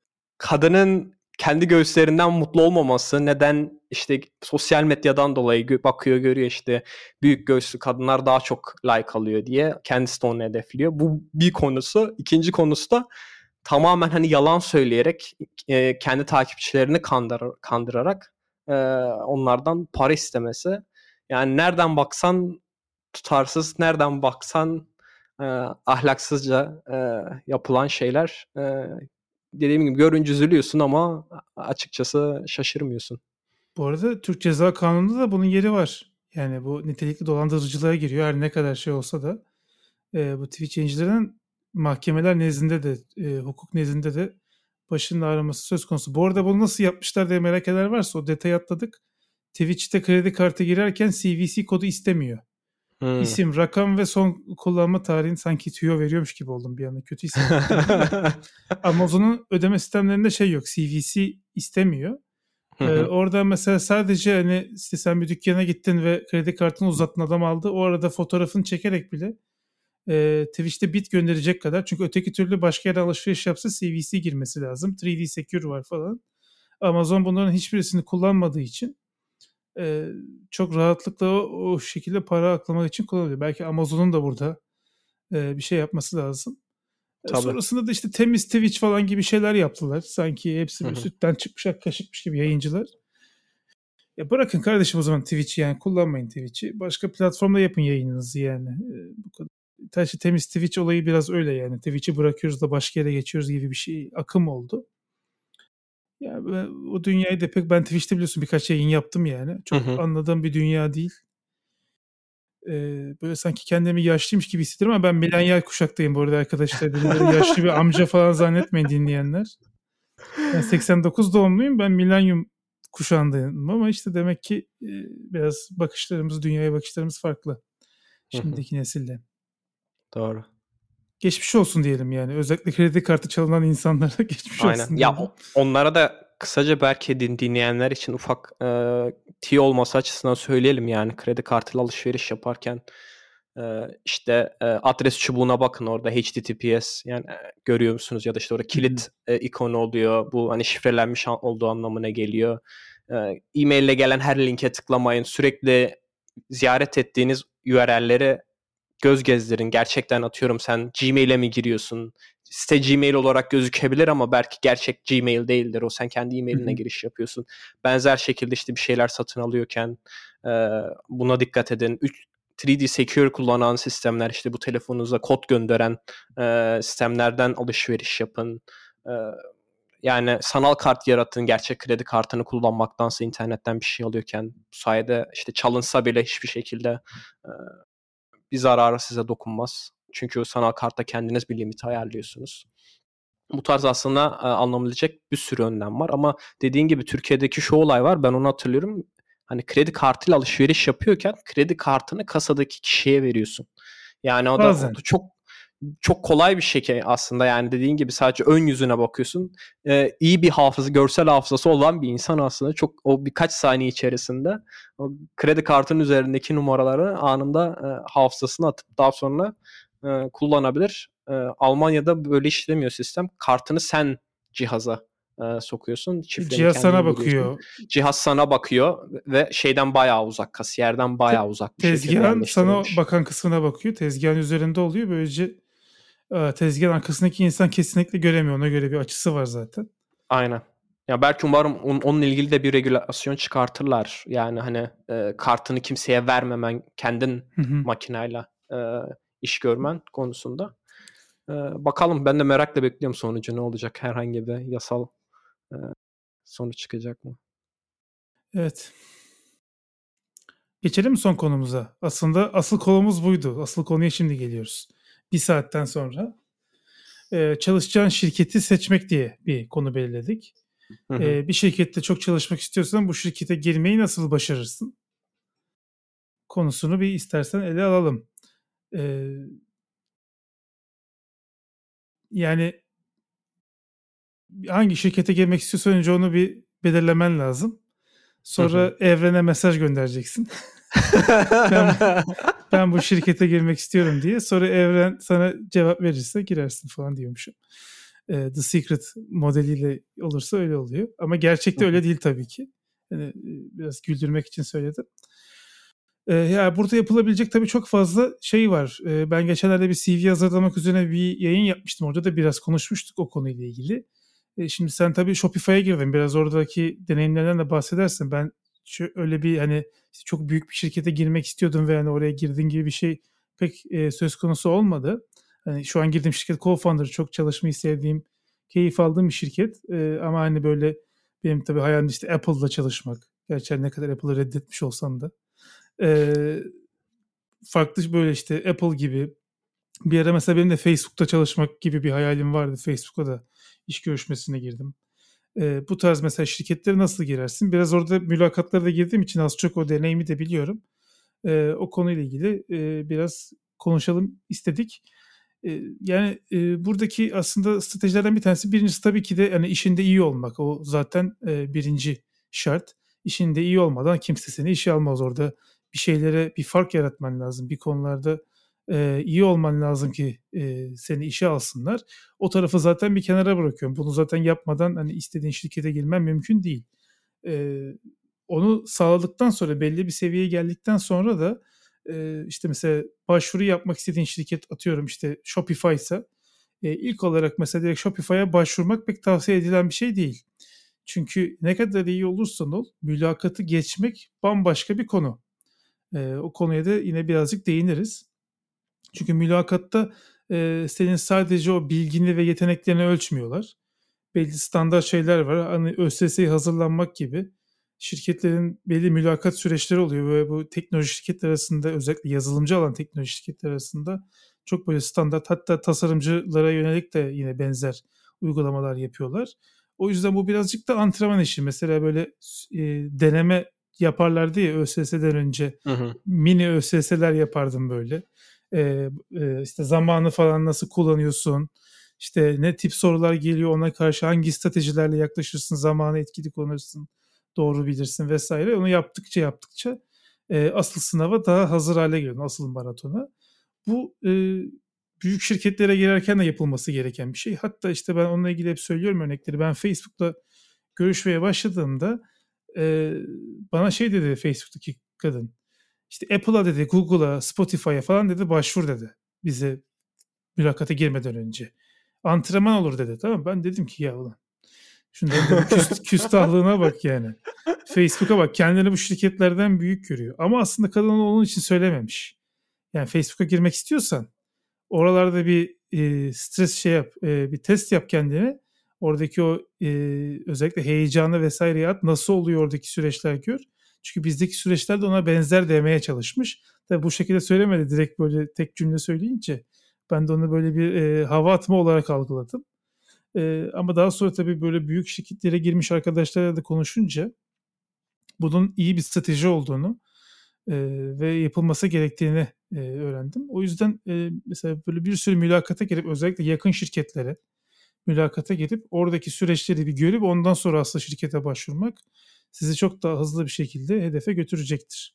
kadının kendi göğüslerinden mutlu olmaması, neden işte sosyal medyadan dolayı bakıyor görüyor işte büyük göğüslü kadınlar daha çok like alıyor diye kendisi de onu hedefliyor. Bu bir konusu. İkinci konusu da tamamen hani yalan söyleyerek e, kendi takipçilerini kandır, kandırarak e, onlardan para istemesi. Yani nereden baksan tutarsız, nereden baksan e, ahlaksızca e, yapılan şeyler. E, dediğim gibi görünce üzülüyorsun ama açıkçası şaşırmıyorsun. Bu arada Türk Ceza Kanunu'nda da bunun yeri var. Yani bu nitelikli dolandırıcılığa giriyor her ne kadar şey olsa da. E, bu Twitch yayıncıların mahkemeler nezdinde de, e, hukuk nezdinde de başının ağrıması söz konusu. Bu arada bunu nasıl yapmışlar diye merak eder varsa o detayı atladık. Twitch'te kredi kartı girerken C V C kodu istemiyor. Hmm. İsim, rakam ve son kullanma tarihini sanki tüyo veriyormuş gibi oldum bir anda. Kötü hissettim kendimi de. Amazon'un ödeme sistemlerinde şey yok. C V C istemiyor. Ee, orada mesela sadece hani işte sen bir dükkana gittin ve kredi kartını uzattın adam aldı. O arada fotoğrafını çekerek bile e, Twitch'te bit gönderecek kadar. Çünkü öteki türlü başka yere alışveriş yapsa C V C girmesi lazım. üç D Secure var falan. Amazon bunların hiçbirisini kullanmadığı için e, çok rahatlıkla o, o şekilde para aklamak için kullanılıyor. Belki Amazon'un da burada e, bir şey yapması lazım. E, Tabii. sonrasında da işte temiz Twitch falan gibi şeyler yaptılar. Sanki hepsi bir sütten çıkmış ak kaşıkmış gibi yayıncılar. Ya bırakın kardeşim o zaman Twitch'i yani kullanmayın Twitch'i. Başka platformda yapın yayınınızı yani. E, bu kadar. Taşı temiz Twitch olayı biraz öyle yani. Twitch'i bırakıyoruz da başka yere geçiyoruz gibi bir şey akım oldu. Ya o dünyayı da pek ben Twitch'te biliyorsun birkaç yayın yaptım yani. Çok Hı hı. anladığım bir dünya değil. Ee, böyle sanki kendimi yaşlıymış gibi hissediyorum ama ben milenyal kuşaktayım bu arada arkadaşlar. Beni böyle yaşlı bir amca falan zannetmeyin dinleyenler. Ben seksen dokuz doğumluyum. Ben milenyum kuşağındayım ama işte demek ki e, biraz bakışlarımız, dünyaya bakışlarımız farklı Hı hı. şimdiki nesille. Doğru. Geçmiş olsun diyelim yani. Özellikle kredi kartı çalınan insanlara geçmiş Aynen. olsun Ya diyelim. o- onlara da kısaca belki din, dinleyenler için ufak e, tüyo olması açısından söyleyelim yani kredi kartıyla alışveriş yaparken e, işte e, adres çubuğuna bakın orada H T T P S yani e, görüyor musunuz ya da işte orada Hı hı. kilit e, ikonu oluyor. Bu hani şifrelenmiş an- olduğu anlamına geliyor. E, E-mail ile gelen her linke tıklamayın. Sürekli ziyaret ettiğiniz U R L'leri göz gezdirin. Gerçekten atıyorum sen Gmail'e mi giriyorsun? Site Gmail olarak gözükebilir ama belki gerçek Gmail değildir. O sen kendi Hı e-mailine hı. giriş yapıyorsun. Benzer şekilde işte bir şeyler satın alıyorken e, buna dikkat edin. üç D Secure kullanan sistemler işte bu telefonunuza kod gönderen e, sistemlerden alışveriş yapın. E, yani sanal kart yaratın gerçek kredi kartını kullanmaktansa internetten bir şey alıyorken bu sayede işte çalınsa bile hiçbir şekilde e, bir zararı size dokunmaz. Çünkü o sanal kartta kendiniz bir limit ayarlıyorsunuz. Bu tarz aslında e, alınabilecek bir sürü önlem var ama dediğin gibi Türkiye'deki şu olay var ben onu hatırlıyorum. Hani kredi kartıyla alışveriş yapıyorken kredi kartını kasadaki kişiye veriyorsun. Yani o da, o da Bazen. çok çok kolay bir şey aslında yani dediğin gibi sadece ön yüzüne bakıyorsun. Ee, iyi bir hafıza, görsel hafızası olan bir insan aslında çok o birkaç saniye içerisinde o kredi kartının üzerindeki numaraları anında e, hafızasına atıp daha sonra e, kullanabilir. E, Almanya'da böyle işlemiyor sistem. Kartını sen cihaza e, sokuyorsun. Şifreni Cihaz sana kendin giriyorsun. bakıyor. Cihaz sana bakıyor ve şeyden bayağı uzak, kasiyerden Te- bayağı uzak bir şekilde tezgahın sana yerleştirilmiş. bakan kısmına bakıyor. Tezgahın üzerinde oluyor. Böylece e, tezgahın arkasındaki insan kesinlikle göremiyor. Ona göre bir açısı var zaten. Aynen. Ya belki umarım on, onunla ilgili de bir regülasyon çıkartırlar. Yani hani e, kartını kimseye vermemen, kendin Hı hı. makinayla e, iş görmen konusunda. E, bakalım ben de merakla bekliyorum sonucu ne olacak? Herhangi bir yasal e, sonuç çıkacak mı? Evet. Geçelim mi son konumuza? Aslında asıl konumuz buydu. Asıl konuya şimdi geliyoruz. Bir saatten sonra. Ee, çalışacağın şirketi seçmek diye bir konu belirledik. Hı hı. Ee, bir şirkette çok çalışmak istiyorsan bu şirkete girmeyi nasıl başarırsın? Konusunu bir istersen ele alalım. Ee, yani hangi şirkete girmek istiyorsan önce onu bir belirlemen lazım. Hı hı. Sonra evrene mesaj göndereceksin. ben ben bu şirkete girmek istiyorum diye. Sonra evren sana cevap verirse girersin falan diyormuşum. Ee, The Secret modeliyle olursa öyle oluyor. Ama Hı gerçekte hı. öyle değil tabii ki. Yani, e, biraz güldürmek için söyledim. Ee, ya burada yapılabilecek tabii çok fazla şey var. Ee, ben geçenlerde bir C V hazırlamak üzerine bir yayın yapmıştım. Orada da biraz konuşmuştuk o konuyla ilgili. Ee, şimdi sen tabii Shopify'a girdin. Biraz oradaki deneyimlerinden de bahsedersin. Ben şu, öyle bir hani işte çok büyük bir şirkete girmek istiyordum ve hani oraya girdiğin gibi bir şey pek e, söz konusu olmadı. Hani şu an girdiğim şirket co-founder, çok çalışmayı sevdiğim, keyif aldığım bir şirket. Ee, ama hani böyle benim tabii hayalim işte Apple'da çalışmak. Gerçi her ne kadar Apple'ı reddetmiş olsam da. Ee, farklı böyle işte Apple gibi bir ara mesela benim de Facebook'ta çalışmak gibi bir hayalim vardı. Facebook'a da iş görüşmesine girdim. Ee, bu tarz mesela şirketlere nasıl girersin? Biraz orada mülakatlara da girdiğim için az çok o deneyimi de biliyorum. Ee, o konuyla ilgili e, biraz konuşalım istedik. Ee, yani e, buradaki aslında stratejilerden bir tanesi, birincisi tabii ki de yani işinde iyi olmak. O zaten e, birinci şart. İşinde iyi olmadan kimse seni işe almaz orada. Bir şeylere bir fark yaratman lazım. Bir konularda e, iyi olman lazım ki e, seni işe alsınlar. O tarafı zaten bir kenara bırakıyorum. Bunu zaten yapmadan hani istediğin şirkete girmen mümkün değil. E, onu sağladıktan sonra, belli bir seviyeye geldikten sonra da e, işte mesela başvuru yapmak istediğin şirket, atıyorum işte Shopify ise e, ilk olarak mesela direkt Shopify'a başvurmak pek tavsiye edilen bir şey değil. Çünkü ne kadar iyi olursan ol, mülakatı geçmek bambaşka bir konu. E, o konuya da yine birazcık değiniriz. Çünkü mülakatta e, senin sadece o bilgini ve yeteneklerini ölçmüyorlar. Belli standart şeyler var. Hani ÖSS'ye hazırlanmak gibi şirketlerin belli mülakat süreçleri oluyor ve bu teknoloji şirketleri arasında, özellikle yazılımcı alan teknoloji şirketleri arasında çok böyle standart, hatta tasarımcılara yönelik de yine benzer uygulamalar yapıyorlar. O yüzden bu birazcık da antrenman işi. Mesela böyle e, deneme yaparlardı ya ÖSS'den önce. Hı hı. Mini ÖSS'ler yapardım böyle. E, e, işte zamanı falan nasıl kullanıyorsun? İşte ne tip sorular geliyor, ona karşı hangi stratejilerle yaklaşırsın, zamanı etkili kullanırsın, doğru bilirsin vesaire. Onu yaptıkça yaptıkça e, asıl sınava daha hazır hale geliyorsun, asıl maratona. Bu e, büyük şirketlere girerken de yapılması gereken bir şey. Hatta işte ben onunla ilgili hep söylüyorum örnekleri. Ben Facebook'ta görüşmeye başladığımda e, bana şey dedi Facebook'taki kadın. İşte Apple'a dedi, Google'a, Spotify'a falan dedi başvur dedi. Bize mülakata girmeden önce. Antrenman olur dedi, tamam mı? Ben dedim ki ya ulan şunların dedim küst, küstahlığına bak yani. Facebook'a bak, kendini bu şirketlerden büyük görüyor. Ama aslında kadın onu onun için söylememiş. Yani Facebook'a girmek istiyorsan oralarda bir e, stres şey yap, e, bir test yap kendine. Oradaki o e, özellikle heyecanı vesaireyi at. Nasıl oluyor oradaki süreçler gör. Çünkü bizdeki süreçler de ona benzer demeye çalışmış. Tabii bu şekilde söylemedi. Direkt böyle tek cümle söyleyince ben de onu böyle bir e, hava atma olarak algıladım. E, ama daha sonra tabii böyle büyük şirketlere girmiş arkadaşlarla da konuşunca bunun iyi bir strateji olduğunu e, ve yapılması gerektiğini e, öğrendim. O yüzden e, mesela böyle bir sürü mülakata girip özellikle yakın şirketlere mülakata girip oradaki süreçleri bir görüp ondan sonra aslında şirkete başvurmak sizi çok daha hızlı bir şekilde hedefe götürecektir.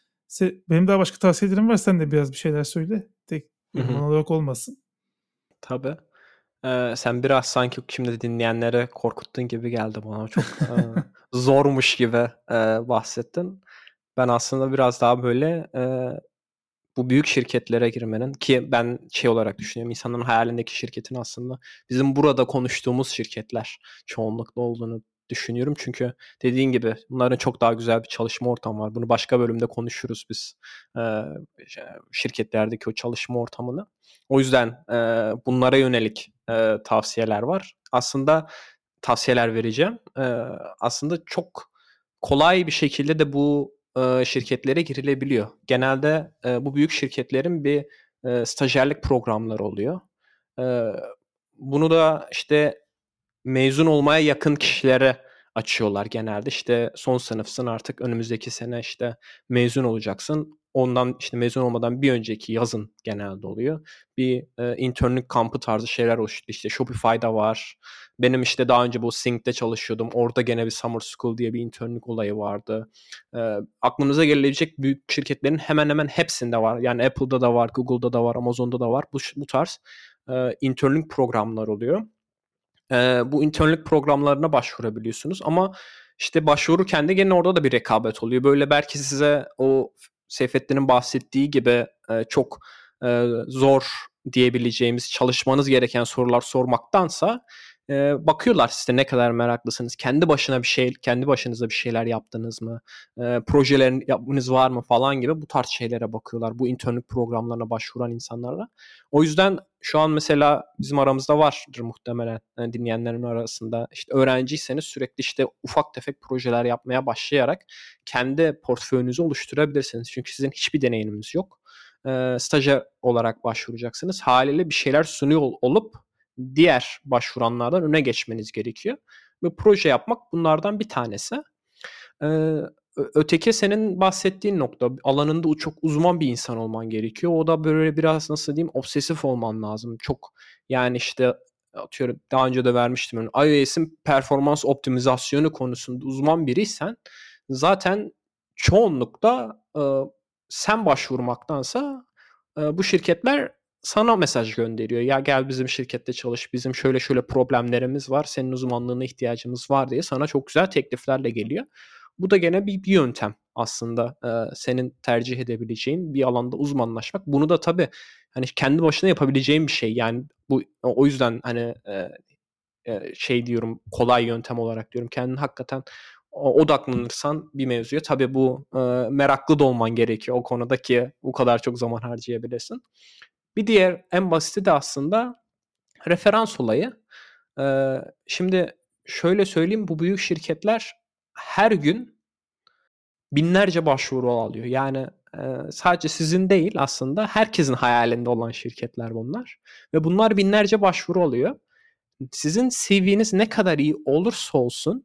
Se- Benim daha başka tavsiyelerim var. Sen de biraz bir şeyler söyle. Tek Hı böyle hı. monolog olmasın. Tabii. Eee, sen biraz sanki şimdi dinleyenleri korkuttun gibi geldi bana. Çok eee, zormuş gibi eee, bahsettin. Ben aslında biraz daha böyle eee, bu büyük şirketlere girmenin, ki ben şey olarak düşünüyorum, insanların hayalindeki şirketin aslında bizim burada konuştuğumuz şirketler çoğunlukla olduğunu düşünüyorum. Çünkü dediğin gibi bunların çok daha güzel bir çalışma ortamı var. Bunu başka bölümde konuşuruz biz. Eee, şirketlerdeki o çalışma ortamını. O yüzden eee, bunlara yönelik eee, tavsiyeler var. Aslında tavsiyeler vereceğim. Eee, aslında çok kolay bir şekilde de bu eee, şirketlere girilebiliyor. Genelde eee, bu büyük şirketlerin bir eee, stajyerlik programları oluyor. Eee, bunu da işte mezun olmaya yakın kişilere açıyorlar genelde. İşte son sınıfsın, artık önümüzdeki sene işte mezun olacaksın. Ondan işte mezun olmadan bir önceki yazın genelde oluyor. Bir e, internlük kampı tarzı şeyler oluştu. İşte Shopify'da var. Benim işte daha önce bu Sync'te çalışıyordum. Orada gene bir Summer School diye bir internlük olayı vardı. E, aklınıza gelebilecek büyük şirketlerin hemen hemen hepsinde var. Yani Apple'da da var, Google'da da var, Amazon'da da var. Bu, bu tarz e, internlük programlar oluyor. Eee, bu internlük programlarına başvurabiliyorsunuz ama işte başvururken de gene orada da bir rekabet oluyor. Böyle belki size o Seyfettin'in bahsettiği gibi eee, çok eee, zor diyebileceğimiz, çalışmanız gereken sorular sormaktansa eee, bakıyorlar size ne kadar meraklısınız. Kendi başına bir şey, kendi başınıza bir şeyler yaptınız mı? Eee, projelerin yapmanız var mı falan gibi bu tarz şeylere bakıyorlar. Bu internlük programlarına başvuran insanlarla. O yüzden şu an mesela bizim aramızda vardır muhtemelen, yani dinleyenlerin arasında. İşte öğrenciyseniz sürekli işte ufak tefek projeler yapmaya başlayarak kendi portföyünüzü oluşturabilirsiniz. Çünkü sizin hiçbir deneyiminiz yok. Eee, stajyer olarak başvuracaksınız. Haliyle bir şeyler sunuyor olup diğer başvuranlardan öne geçmeniz gerekiyor. Ve proje yapmak bunlardan bir tanesi. Eee, öteki senin bahsettiğin nokta, alanında çok uzman bir insan olman gerekiyor. O da böyle biraz nasıl diyeyim, obsesif olman lazım. Çok yani işte atıyorum daha önce de vermiştim. Yani iOS'in performans optimizasyonu konusunda uzman biriysen zaten çoğunlukla e, sen başvurmaktansa e, bu şirketler sana mesaj gönderiyor. Ya gel bizim şirkette çalış, bizim şöyle şöyle problemlerimiz var, senin uzmanlığına ihtiyacımız var diye sana çok güzel tekliflerle geliyor. Bu da gene bir, bir yöntem aslında, e, senin tercih edebileceğin bir alanda uzmanlaşmak. Bunu da tabii hani kendi başına yapabileceğin bir şey. Yani bu o yüzden hani e, e, şey diyorum, kolay yöntem olarak diyorum. Kendin hakikaten odaklanırsan bir mevzuya, tabii bu e, meraklı da olman gerekiyor o konuda ki bu kadar çok zaman harcayabilirsin. Bir diğer en basiti de aslında referans olayı. E, şimdi şöyle söyleyeyim, bu büyük şirketler her gün binlerce başvuru alıyor. Yani e, sadece sizin değil, aslında herkesin hayalinde olan şirketler bunlar. Ve bunlar binlerce başvuru alıyor. Sizin C V'niz ne kadar iyi olursa olsun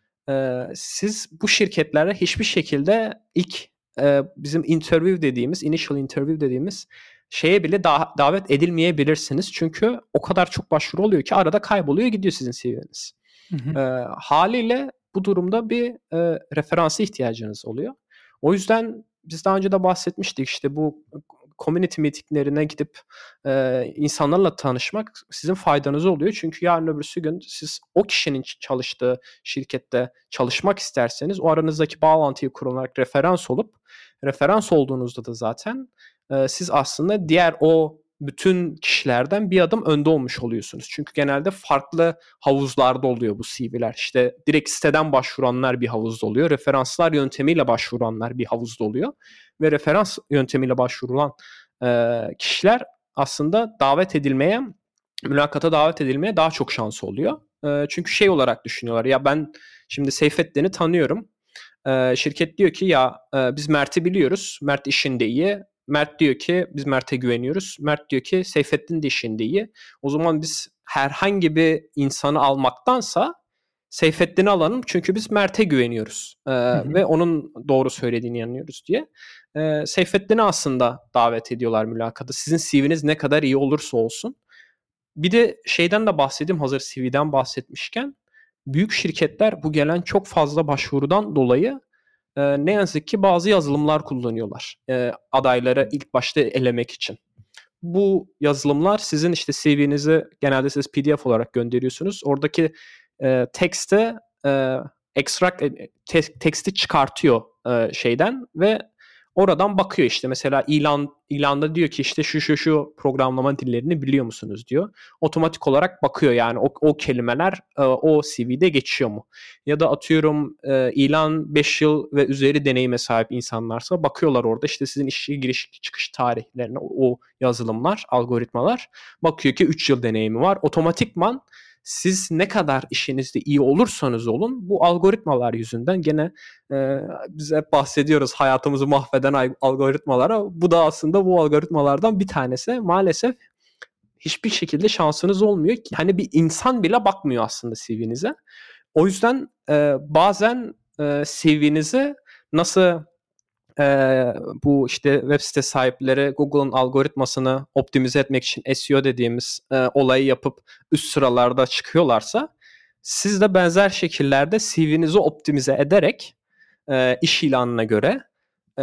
e, siz bu şirketlere hiçbir şekilde ilk e, bizim interview dediğimiz, initial interview dediğimiz şeye bile da- davet edilmeyebilirsiniz. Çünkü o kadar çok başvuru oluyor ki arada kayboluyor gidiyor sizin C V'niz. Hı hı. E, haliyle bu durumda bir e, referansa ihtiyacınız oluyor. O yüzden biz daha önce de bahsetmiştik, işte bu community meetinglerine gidip e, insanlarla tanışmak sizin faydanız oluyor. Çünkü yarın öbürsü gün siz o kişinin çalıştığı şirkette çalışmak isterseniz o aranızdaki bağlantıyı kurularak referans olup, referans olduğunuzda da zaten e, siz aslında diğer o bütün kişilerden bir adım önde olmuş oluyorsunuz. Çünkü genelde farklı havuzlarda oluyor bu C V'ler. İşte direkt siteden başvuranlar bir havuzda oluyor. Referanslar yöntemiyle başvuranlar bir havuzda oluyor. Ve referans yöntemiyle başvurulan e, kişiler aslında davet edilmeye, mülakata davet edilmeye daha çok şansı oluyor. E, çünkü şey olarak düşünüyorlar. Ya ben şimdi Seyfettin'i tanıyorum. E, şirket diyor ki ya e, biz Mert'i biliyoruz. Mert işinde iyi. Mert diyor ki biz Mert'e güveniyoruz. Mert diyor ki Seyfettin de işinde iyi. O zaman biz herhangi bir insanı almaktansa Seyfettin'i alalım çünkü biz Mert'e güveniyoruz ee, Hı hı. ve onun doğru söylediğini inanıyoruz diye. Ee, Seyfettin'i aslında davet ediyorlar mülakata. Sizin C V'niz ne kadar iyi olursa olsun. Bir de şeyden de bahsedeyim, hazır C V'den bahsetmişken. Büyük şirketler bu gelen çok fazla başvurudan dolayı e, ne yazık ki bazı yazılımlar kullanıyorlar. E, adayları ilk başta elemek için. Bu yazılımlar sizin işte C V'nizi genelde siz P D F olarak gönderiyorsunuz. Oradaki e, tekste e, extract e, te- teksti çıkartıyor e, şeyden ve oradan bakıyor, işte mesela ilan ilanda diyor ki işte şu şu şu programlama dillerini biliyor musunuz diyor. Otomatik olarak bakıyor yani o, o kelimeler e, o C V'de geçiyor mu? Ya da atıyorum e, ilan beş yıl ve üzeri deneyime sahip insanlarsa bakıyorlar orada işte sizin işe giriş çıkış tarihlerine o, o yazılımlar, algoritmalar bakıyor ki üç yıl deneyimi var. Otomatikman siz ne kadar işinizde iyi olursanız olun bu algoritmalar yüzünden gene e, biz hep bahsediyoruz hayatımızı mahveden algoritmalara. Bu da aslında bu algoritmalardan bir tanesi. Maalesef hiçbir şekilde şansınız olmuyor ki. Hani bir insan bile bakmıyor aslında C V'nize. O yüzden e, bazen e, C V'nizi nasıl e, bu işte web site sahipleri Google'ın algoritmasını optimize etmek için S E O dediğimiz e, olayı yapıp üst sıralarda çıkıyorlarsa siz de benzer şekillerde C V'nizi optimize ederek e, iş ilanına göre e,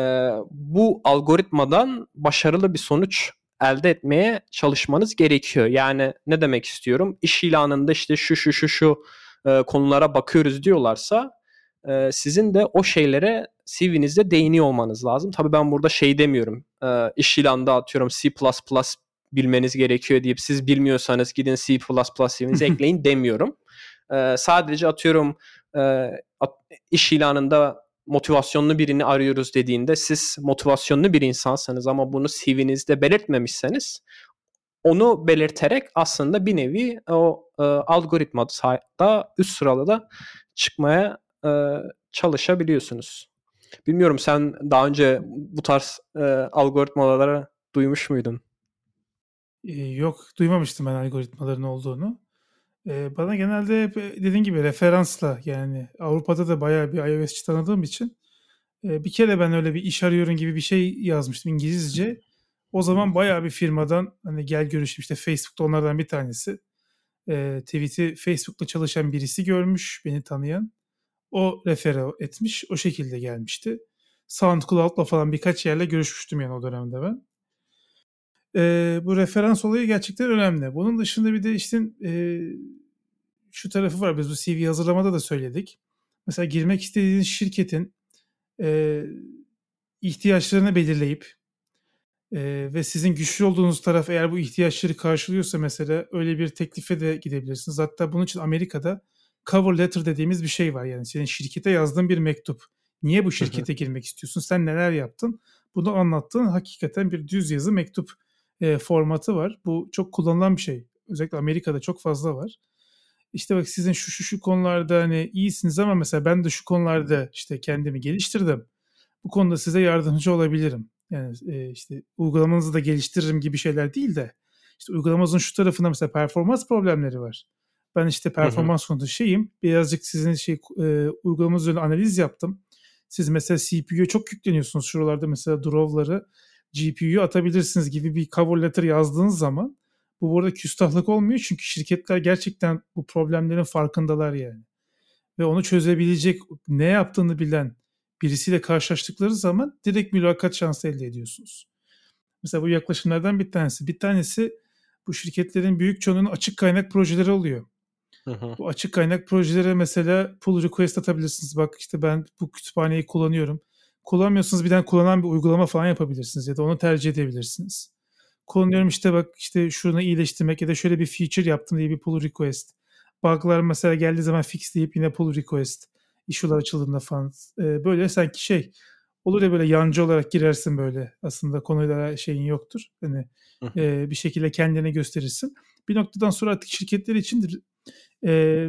bu algoritmadan başarılı bir sonuç elde etmeye çalışmanız gerekiyor. Yani ne demek istiyorum? İş ilanında işte şu şu şu şu e, konulara bakıyoruz diyorlarsa e, sizin de o şeylere C V'nizde değiniyor olmanız lazım. Tabii ben burada şey demiyorum. E, iş ilanında atıyorum C plus plus bilmeniz gerekiyor deyip siz bilmiyorsanız gidin C plus plus C V'nize ekleyin demiyorum. E, sadece atıyorum e, at, iş ilanında motivasyonlu birini arıyoruz dediğinde siz motivasyonlu bir insansanız ama bunu C V'nizde belirtmemişseniz onu belirterek aslında bir nevi o e, algoritmada üst sırada da çıkmaya e, çalışabiliyorsunuz. Bilmiyorum, sen daha önce bu tarz e, algoritmaları duymuş muydun? Ee, yok, duymamıştım ben algoritmaların olduğunu. Ee, bana genelde hep e, dediğin gibi referansla, yani Avrupa'da da bayağı bir iOS'çi tanıdığım için e, bir kere ben öyle bir iş arıyorum gibi bir şey yazmıştım İngilizce. O zaman bayağı bir firmadan hani gel görüşüm, işte Facebook'ta onlardan bir tanesi. E, tweet'i Facebook'ta çalışan birisi görmüş, beni tanıyan. O refere etmiş, o şekilde gelmişti. SoundCloud'la falan birkaç yerle görüşmüştüm yani o dönemde ben. E, bu referans olayı gerçekten önemli. Bunun dışında bir de işte e, şu tarafı var. Biz bu C V hazırlamada da söyledik. Mesela girmek istediğiniz şirketin e, ihtiyaçlarını belirleyip e, ve sizin güçlü olduğunuz taraf eğer bu ihtiyaçları karşılıyorsa mesela öyle bir teklife de gidebilirsiniz. Hatta bunun için Amerika'da cover letter dediğimiz bir şey var. Yani senin şirkete yazdığın bir mektup. Niye bu şirkete girmek istiyorsun? Sen neler yaptın? Bunu anlattığın hakikaten bir düz yazı mektup e, formatı var. Bu çok kullanılan bir şey. Özellikle Amerika'da çok fazla var. İşte bak sizin şu şu şu konularda hani iyisiniz ama mesela ben de şu konularda işte kendimi geliştirdim. Bu konuda size yardımcı olabilirim. Yani e, işte uygulamanızı da geliştiririm gibi şeyler değil de işte uygulamanızın şu tarafında mesela performans problemleri var. Ben işte Hı hı. performans konusunda şeyim. Birazcık sizin şey e, uygulamanız üzerine analiz yaptım. Siz mesela C P U'ya çok yükleniyorsunuz. Şuralarda mesela draw'ları G P U'ya atabilirsiniz gibi bir cover letter yazdığınız zaman bu burada küstahlık olmuyor. Çünkü şirketler gerçekten bu problemlerin farkındalar yani. Ve onu çözebilecek, ne yaptığını bilen birisiyle karşılaştıkları zaman direkt mülakat şansı elde ediyorsunuz. Mesela bu yaklaşımlardan bir tanesi. Bir tanesi bu şirketlerin büyük çoğunun açık kaynak projeleri oluyor. Hı hı. Bu açık kaynak projelere mesela pull request atabilirsiniz. Bak işte ben bu kütüphaneyi kullanıyorum. Kullanmıyorsanız bir tane kullanan bir uygulama falan yapabilirsiniz ya da onu tercih edebilirsiniz. Kullanıyorum işte bak işte şunu iyileştirmek ya da şöyle bir feature yaptım diye bir pull request. Bug'lar mesela geldiği zaman fixleyip yine pull request. Issue'lar açıldığında falan. Ee, böyle sanki şey olur ya böyle yancı olarak girersin böyle. Aslında konuyla şeyin yoktur. Hani Hı hı. e, bir şekilde kendini gösterirsin. Bir noktadan sonra artık şirketler için e,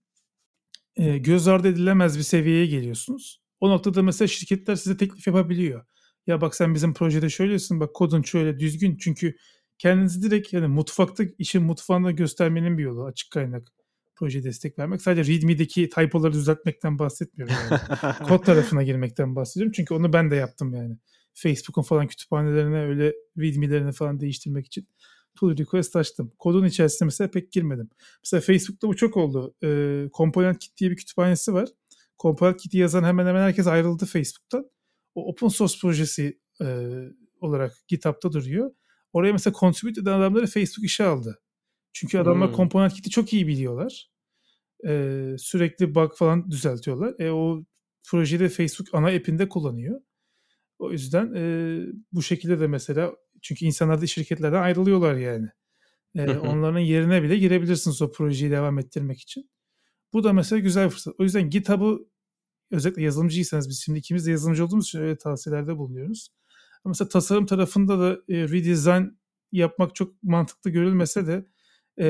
e, göz ardı edilemez bir seviyeye geliyorsunuz. O noktada mesela şirketler size teklif yapabiliyor. Ya bak sen bizim projede şöylesin, bak kodun şöyle düzgün. Çünkü kendinizi direkt yani mutfakta, işin mutfağında göstermenin bir yolu açık kaynak proje destek vermek. Sadece README'deki typoları düzeltmekten bahsetmiyorum yani. Kod tarafına girmekten bahsediyorum. Çünkü onu ben de yaptım yani. Facebook'un falan kütüphanelerine öyle README'lerini falan değiştirmek için pull request açtım. Kodun içerisinde mesela pek girmedim. Mesela Facebook'ta bu çok oldu. Ee, Component Kit diye bir kütüphanesi var. Component Kit'i yazan hemen hemen herkes ayrıldı Facebook'tan. O open source projesi e, olarak GitHub'ta duruyor. Oraya mesela contribute eden adamları Facebook işe aldı. Çünkü adamlar Hmm. Component Kit'i çok iyi biliyorlar. Ee, sürekli bug falan düzeltiyorlar. E, o projede Facebook ana app'inde kullanıyor. O yüzden e, bu şekilde de mesela çünkü insanlar da şirketlerden ayrılıyorlar yani. Hı E, hı. onların yerine bile girebilirsiniz o projeyi devam ettirmek için. Bu da mesela güzel bir fırsat. O yüzden GitHub'ı özellikle yazılımcıysanız biz şimdi ikimiz de yazılımcı olduğumuz için öyle tavsiyelerde bulunuyoruz. Ama mesela tasarım tarafında da e, redesign yapmak çok mantıklı görülmese de e,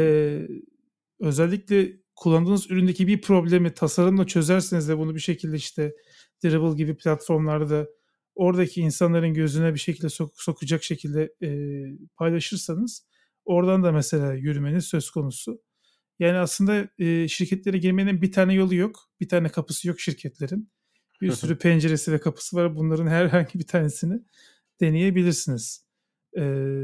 özellikle kullandığınız üründeki bir problemi tasarımla çözerseniz de bunu bir şekilde işte Dribbble gibi platformlarda oradaki insanların gözüne bir şekilde sok- sokacak şekilde e, paylaşırsanız oradan da mesela yürümeniz söz konusu. Yani aslında e, şirketlere girmenin bir tane yolu yok. Bir tane kapısı yok şirketlerin. Bir Hı hı. sürü penceresi ve kapısı var. Bunların herhangi bir tanesini deneyebilirsiniz. Ee,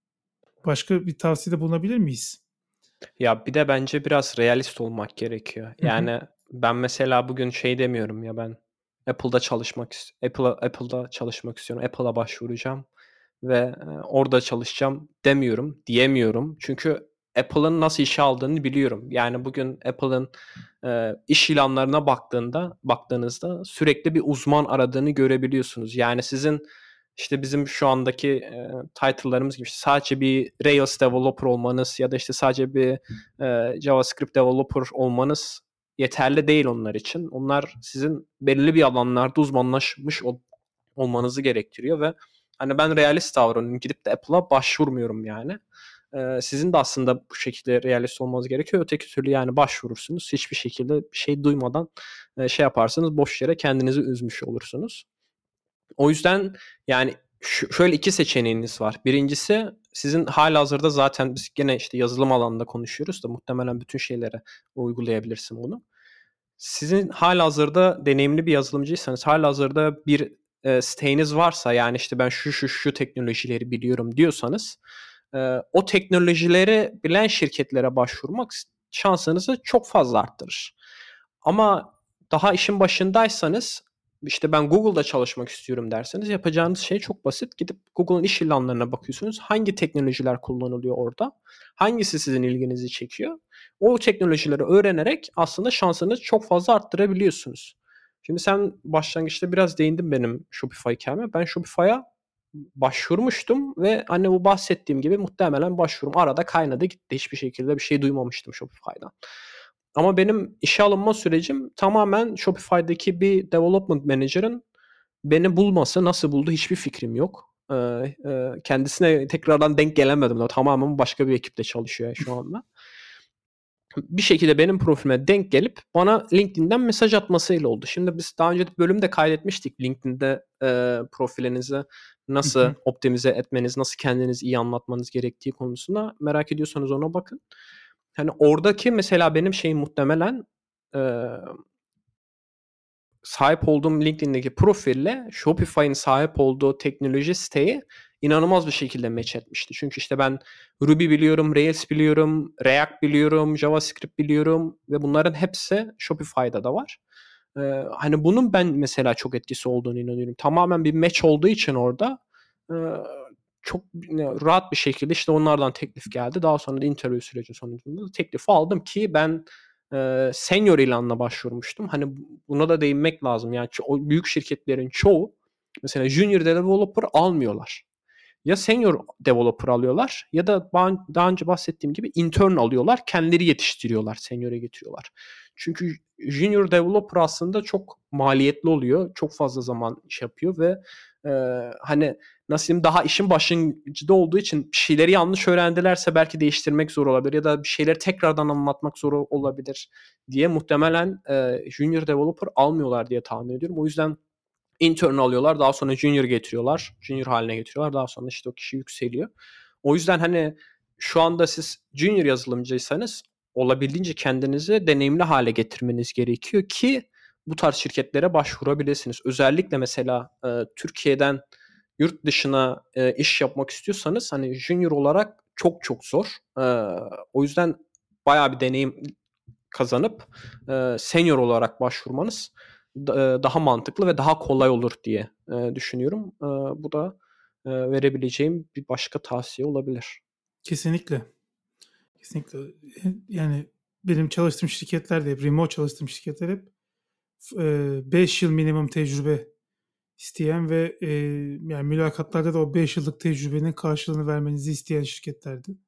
başka bir tavsiyede bulunabilir miyiz? Ya bir de bence biraz realist olmak gerekiyor. Hı hı. Yani ben mesela bugün şey demiyorum ya ben Apple'da çalışmak ist- Apple'a Apple'da çalışmak istiyorum. Apple'a başvuracağım ve e, orada çalışacağım demiyorum, diyemiyorum. Çünkü Apple'ın nasıl işe aldığını biliyorum. Yani bugün Apple'ın e, iş ilanlarına baktığında baktığınızda sürekli bir uzman aradığını görebiliyorsunuz. Yani sizin işte bizim şu andaki e, title'larımız gibi işte sadece bir Rails developer olmanız ya da işte sadece bir e, JavaScript developer olmanız yeterli değil onlar için. Onlar sizin belirli bir alanlarda uzmanlaşmış ol, olmanızı gerektiriyor ve hani ben realist davranıyorum. Gidip de Apple'a başvurmuyorum yani. Ee, sizin de aslında bu şekilde realist olmanız gerekiyor. Öteki türlü yani başvurursunuz. Hiçbir şekilde bir şey duymadan e, şey yaparsanız boş yere kendinizi üzmüş olursunuz. O yüzden yani şu, şöyle iki seçeneğiniz var. Birincisi sizin halihazırda zaten biz gene işte yazılım alanında konuşuyoruz da muhtemelen bütün şeylere uygulayabilirsin bunu. Sizin halihazırda deneyimli bir yazılımcıysanız, halihazırda bir e, siteniz varsa yani işte ben şu şu şu teknolojileri biliyorum diyorsanız e, o teknolojileri bilen şirketlere başvurmak şansınızı çok fazla arttırır. Ama daha işin başındaysanız işte ben Google'da çalışmak istiyorum derseniz yapacağınız şey çok basit. Gidip Google'ın iş ilanlarına bakıyorsunuz. Hangi teknolojiler kullanılıyor orada? Hangisi sizin ilginizi çekiyor? O teknolojileri öğrenerek aslında şansınızı çok fazla arttırabiliyorsunuz. Şimdi sen başlangıçta biraz değindin benim Shopify hikayeme. Ben Shopify'a başvurmuştum ve hani bu bahsettiğim gibi muhtemelen başvurum arada kaynadı gitti. Hiçbir şekilde bir şey duymamıştım Shopify'dan. Ama benim işe alınma sürecim tamamen Shopify'daki bir development manager'ın beni bulması, nasıl buldu hiçbir fikrim yok. Ee, e, kendisine tekrardan denk gelemedim. O tamamen başka bir ekiple çalışıyor şu anda. Bir şekilde benim profilime denk gelip bana LinkedIn'den mesaj atmasıyla oldu. Şimdi biz daha önce bölümde kaydetmiştik LinkedIn'de e, profilinizi Hı nasıl hı. optimize etmeniz, nasıl kendinizi iyi anlatmanız gerektiği konusunda. Merak ediyorsanız ona bakın. Hani oradaki mesela benim şeyim muhtemelen eee sahip olduğum LinkedIn'deki profille Shopify'ın sahip olduğu teknoloji siteyi inanılmaz bir şekilde match etmişti. Çünkü işte ben Ruby biliyorum, Rails biliyorum, React biliyorum, JavaScript biliyorum ve bunların hepsi Shopify'da da var. Eee, hani bunun ben mesela çok etkisi olduğunu inanıyorum. Tamamen bir match olduğu için orada eee, çok rahat bir şekilde işte onlardan teklif geldi. Daha sonra da interview süreci sonucunda da teklifi aldım ki ben eee, senior ilanına başvurmuştum. Hani buna da değinmek lazım. Yani ço- büyük şirketlerin çoğu mesela junior developer almıyorlar. Ya senior developer alıyorlar ya da daha önce bahsettiğim gibi intern alıyorlar. Kendileri yetiştiriyorlar, senior'a getiriyorlar. Çünkü junior developer aslında çok maliyetli oluyor. Çok fazla zaman iş yapıyor ve e, hani nasıl diyeyim daha işin başında olduğu için bir şeyleri yanlış öğrendilerse belki değiştirmek zor olabilir ya da bir şeyleri tekrardan anlatmak zor olabilir diye muhtemelen e, junior developer almıyorlar diye tahmin ediyorum. O yüzden intern alıyorlar. Daha sonra junior getiriyorlar. Junior haline getiriyorlar. Daha sonra işte o kişi yükseliyor. O yüzden hani şu anda siz junior yazılımcıysanız olabildiğince kendinizi deneyimli hale getirmeniz gerekiyor ki bu tarz şirketlere başvurabilirsiniz. Özellikle mesela e, Türkiye'den yurt dışına e, iş yapmak istiyorsanız hani junior olarak çok çok zor. E, o yüzden bayağı bir deneyim kazanıp e, senior olarak başvurmanız da, e, daha mantıklı ve daha kolay olur diye e, düşünüyorum. E, bu da e, verebileceğim bir başka tavsiye olabilir. Kesinlikle. Kesinlikle. Yani benim çalıştığım şirketler de hep, remote çalıştığım şirketler hep beş yıl minimum tecrübe isteyen ve e, yani mülakatlarda da o beş yıllık tecrübenin karşılığını vermenizi isteyen şirketlerdi.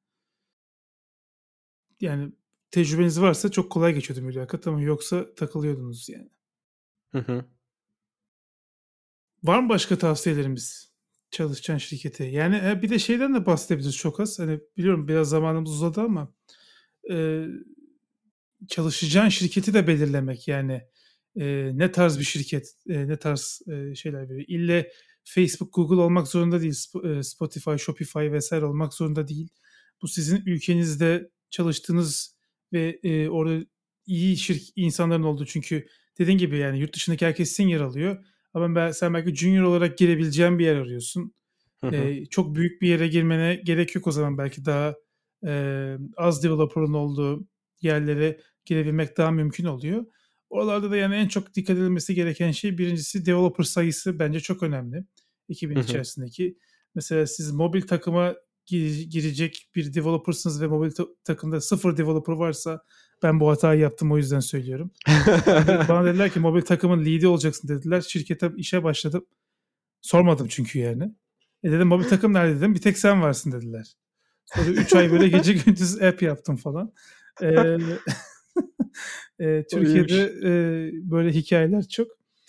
Yani tecrübeniz varsa çok kolay geçiyordu mülakat ama yoksa takılıyordunuz yani. Hı hı. Var mı başka tavsiyelerimiz çalışacağın şirkete? Yani e, bir de şeyden de bahsedebiliriz çok az. Hani biliyorum biraz zamanımız uzadı ama e, çalışacağın şirketi de belirlemek yani e, ne tarz bir şirket, e, ne tarz e, şeyler veriyor. İlle Facebook, Google olmak zorunda değil. Sp- e, Spotify, Shopify vesaire olmak zorunda değil. Bu sizin ülkenizde çalıştığınız ve e, orada iyi şirk insanların olduğu. Çünkü dediğin gibi yani yurt dışındaki herkes senior alıyor. Ama ben, sen belki junior olarak girebileceğin bir yer arıyorsun. Hı hı. E, çok büyük bir yere girmene gerek yok o zaman belki daha e, az developer'ın olduğu yerlere girebilmek daha mümkün oluyor. Oralarda da yani en çok dikkat edilmesi gereken şey birincisi developer sayısı bence çok önemli ekibin Hı hı. içerisindeki. Mesela siz mobil takıma gir- girecek bir developersınız ve mobil ta- takımda sıfır developer varsa ben bu hatayı yaptım o yüzden söylüyorum. Bana, de- bana dediler ki mobil takımın lead'i olacaksın dediler. Şirkete işe başladım. Sormadım çünkü yani. E dedim mobil takım nerede dedim. Bir tek sen varsın dediler. Sonra üç ay böyle gece gündüz app yaptım falan. Ee, e, O Türkiye'de iyiymiş. e, böyle hikayeler çok.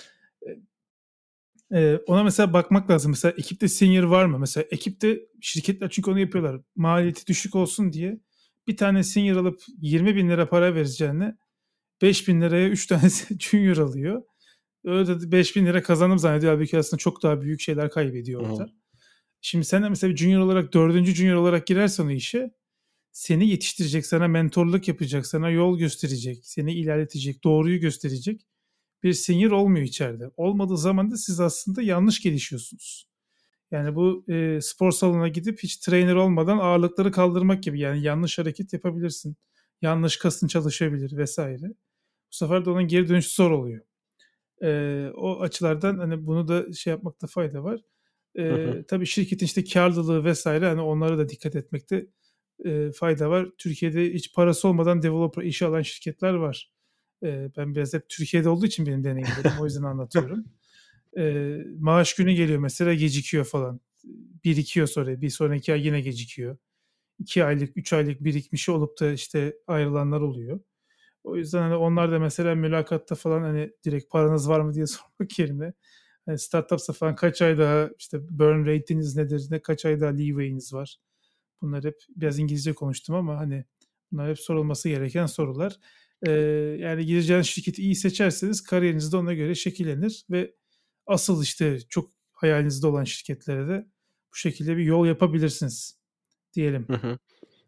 E, ona mesela bakmak lazım. Mesela ekipte senior var mı? Mesela ekipte şirketler çünkü onu yapıyorlar. Maliyeti düşük olsun diye bir tane senior alıp yirmi bin lira para vereceğine beş bin liraya üç tane junior alıyor. Öyle de beş bin lira kazanım zannediyor. Halbuki aslında çok daha büyük şeyler kaybediyor Hı hı. orada. Şimdi sen de mesela junior olarak, dördüncü junior olarak girersen o işe seni yetiştirecek, sana mentorluk yapacak, sana yol gösterecek, seni ilerletecek, doğruyu gösterecek bir senior olmuyor içeride. Olmadığı zaman da siz aslında yanlış gelişiyorsunuz. Yani bu e, spor salonuna gidip hiç trainer olmadan ağırlıkları kaldırmak gibi. Yani yanlış hareket yapabilirsin. Yanlış kasın çalışabilir vesaire. Bu sefer de onun geri dönüşü zor oluyor. E, o açılardan hani bunu da şey yapmakta fayda var. Hı E, hı. tabii şirketin işte karlılığı vesaire hani onlara da dikkat etmekte e, fayda var. Türkiye'de hiç parası olmadan developer işe alan şirketler var. E, ben biraz hep Türkiye'de olduğu için benim deneyimlerim o yüzden anlatıyorum. E, maaş günü geliyor mesela gecikiyor falan. Birikiyor sonra bir sonraki ay yine gecikiyor. iki aylık, üç aylık birikmişi olup da işte ayrılanlar oluyor. O yüzden hani onlar da mesela mülakatta falan hani direkt paranız var mı diye sormak yerine hani startupsa falan kaç ay daha işte burn rate'iniz nedir, ne kaç ay daha leeway'iniz var. Bunlar hep biraz İngilizce konuştum ama hani bunlar hep sorulması gereken sorular. Ee, Yani gireceğiniz şirketi iyi seçerseniz kariyeriniz de ona göre şekillenir ve asıl işte çok hayalinizde olan şirketlere de bu şekilde bir yol yapabilirsiniz diyelim. Hı hı.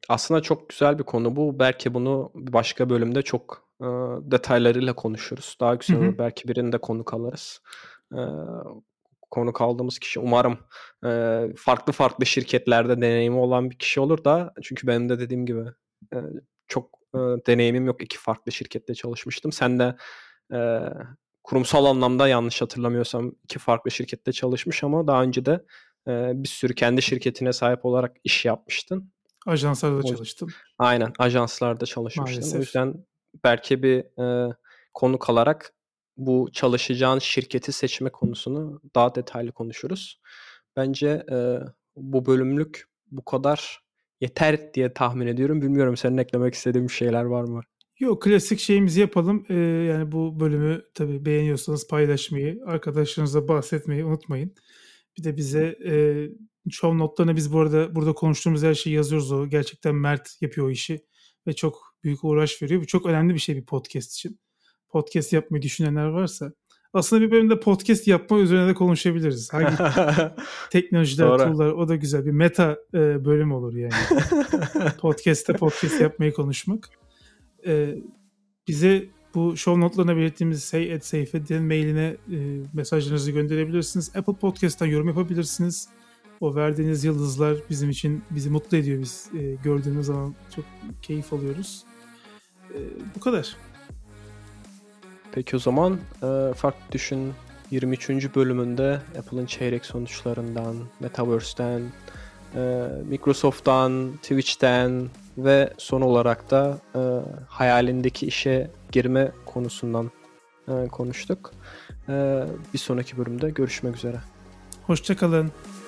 Aslında çok güzel bir konu bu. Belki bunu başka bölümde çok, ııı, detaylarıyla konuşuruz. Daha Hı güzel hı. olur. Belki birini de konuk alırız. Eee, konuk aldığımız kişi umarım, eee, farklı farklı şirketlerde deneyimi olan bir kişi olur da çünkü benim de dediğim gibi, eee, çok, ııı, deneyimim yok. iki farklı şirkette çalışmıştım. Sen de, eee, kurumsal anlamda yanlış hatırlamıyorsam iki farklı şirkette çalışmış ama daha önce de, eee, bir sürü kendi şirketine sahip olarak iş yapmıştın. Ajanslarda O yüz çalıştım Aynen, ajanslarda çalışmıştın. O maalesef. yüzden belki bir, eee, konuk alarak bu çalışacağın şirketi seçme konusunu daha detaylı konuşuruz. Bence, eee, bu bölümlük bu kadar yeter diye tahmin ediyorum. Bilmiyorum senin eklemek istediğin bir şeyler var mı? Yo, klasik şeyimizi yapalım. Eee, yani bu bölümü tabii beğeniyorsanız paylaşmayı, arkadaşlarınıza bahsetmeyi unutmayın. Bir de bize, eee, show notlarına biz bu arada burada konuştuğumuz her şeyi yazıyoruz. O gerçekten Mert yapıyor o işi ve çok büyük uğraş veriyor. Bu çok önemli bir şey bir podcast için. Podcast yapmayı düşünenler varsa aslında bir bölümde podcast yapma üzerine de konuşabiliriz. Hangi teknolojiler, Doğru. tool'lar o da güzel bir meta, eee, bölüm olur yani. Podcast'te podcast yapmayı konuşmak. Eee, bize bu show notlarına belirttiğimiz hey at seyfettin mailine e, mesajlarınızı gönderebilirsiniz. Apple Podcast'tan yorum yapabilirsiniz. O verdiğiniz yıldızlar bizim için bizi mutlu ediyor. Biz e, gördüğümüz zaman çok keyif alıyoruz. E, bu kadar. Peki o zaman, eee, Farklı Düşün yirmi üçüncü bölümünde Apple'ın çeyrek sonuçlarından, Metaverse'den, eee, Microsoft'tan, Twitch'ten ve son olarak da, eee, hayalindeki işe girme konusundan, eee, konuştuk. Eee, bir sonraki bölümde görüşmek üzere. Hoşça kalın.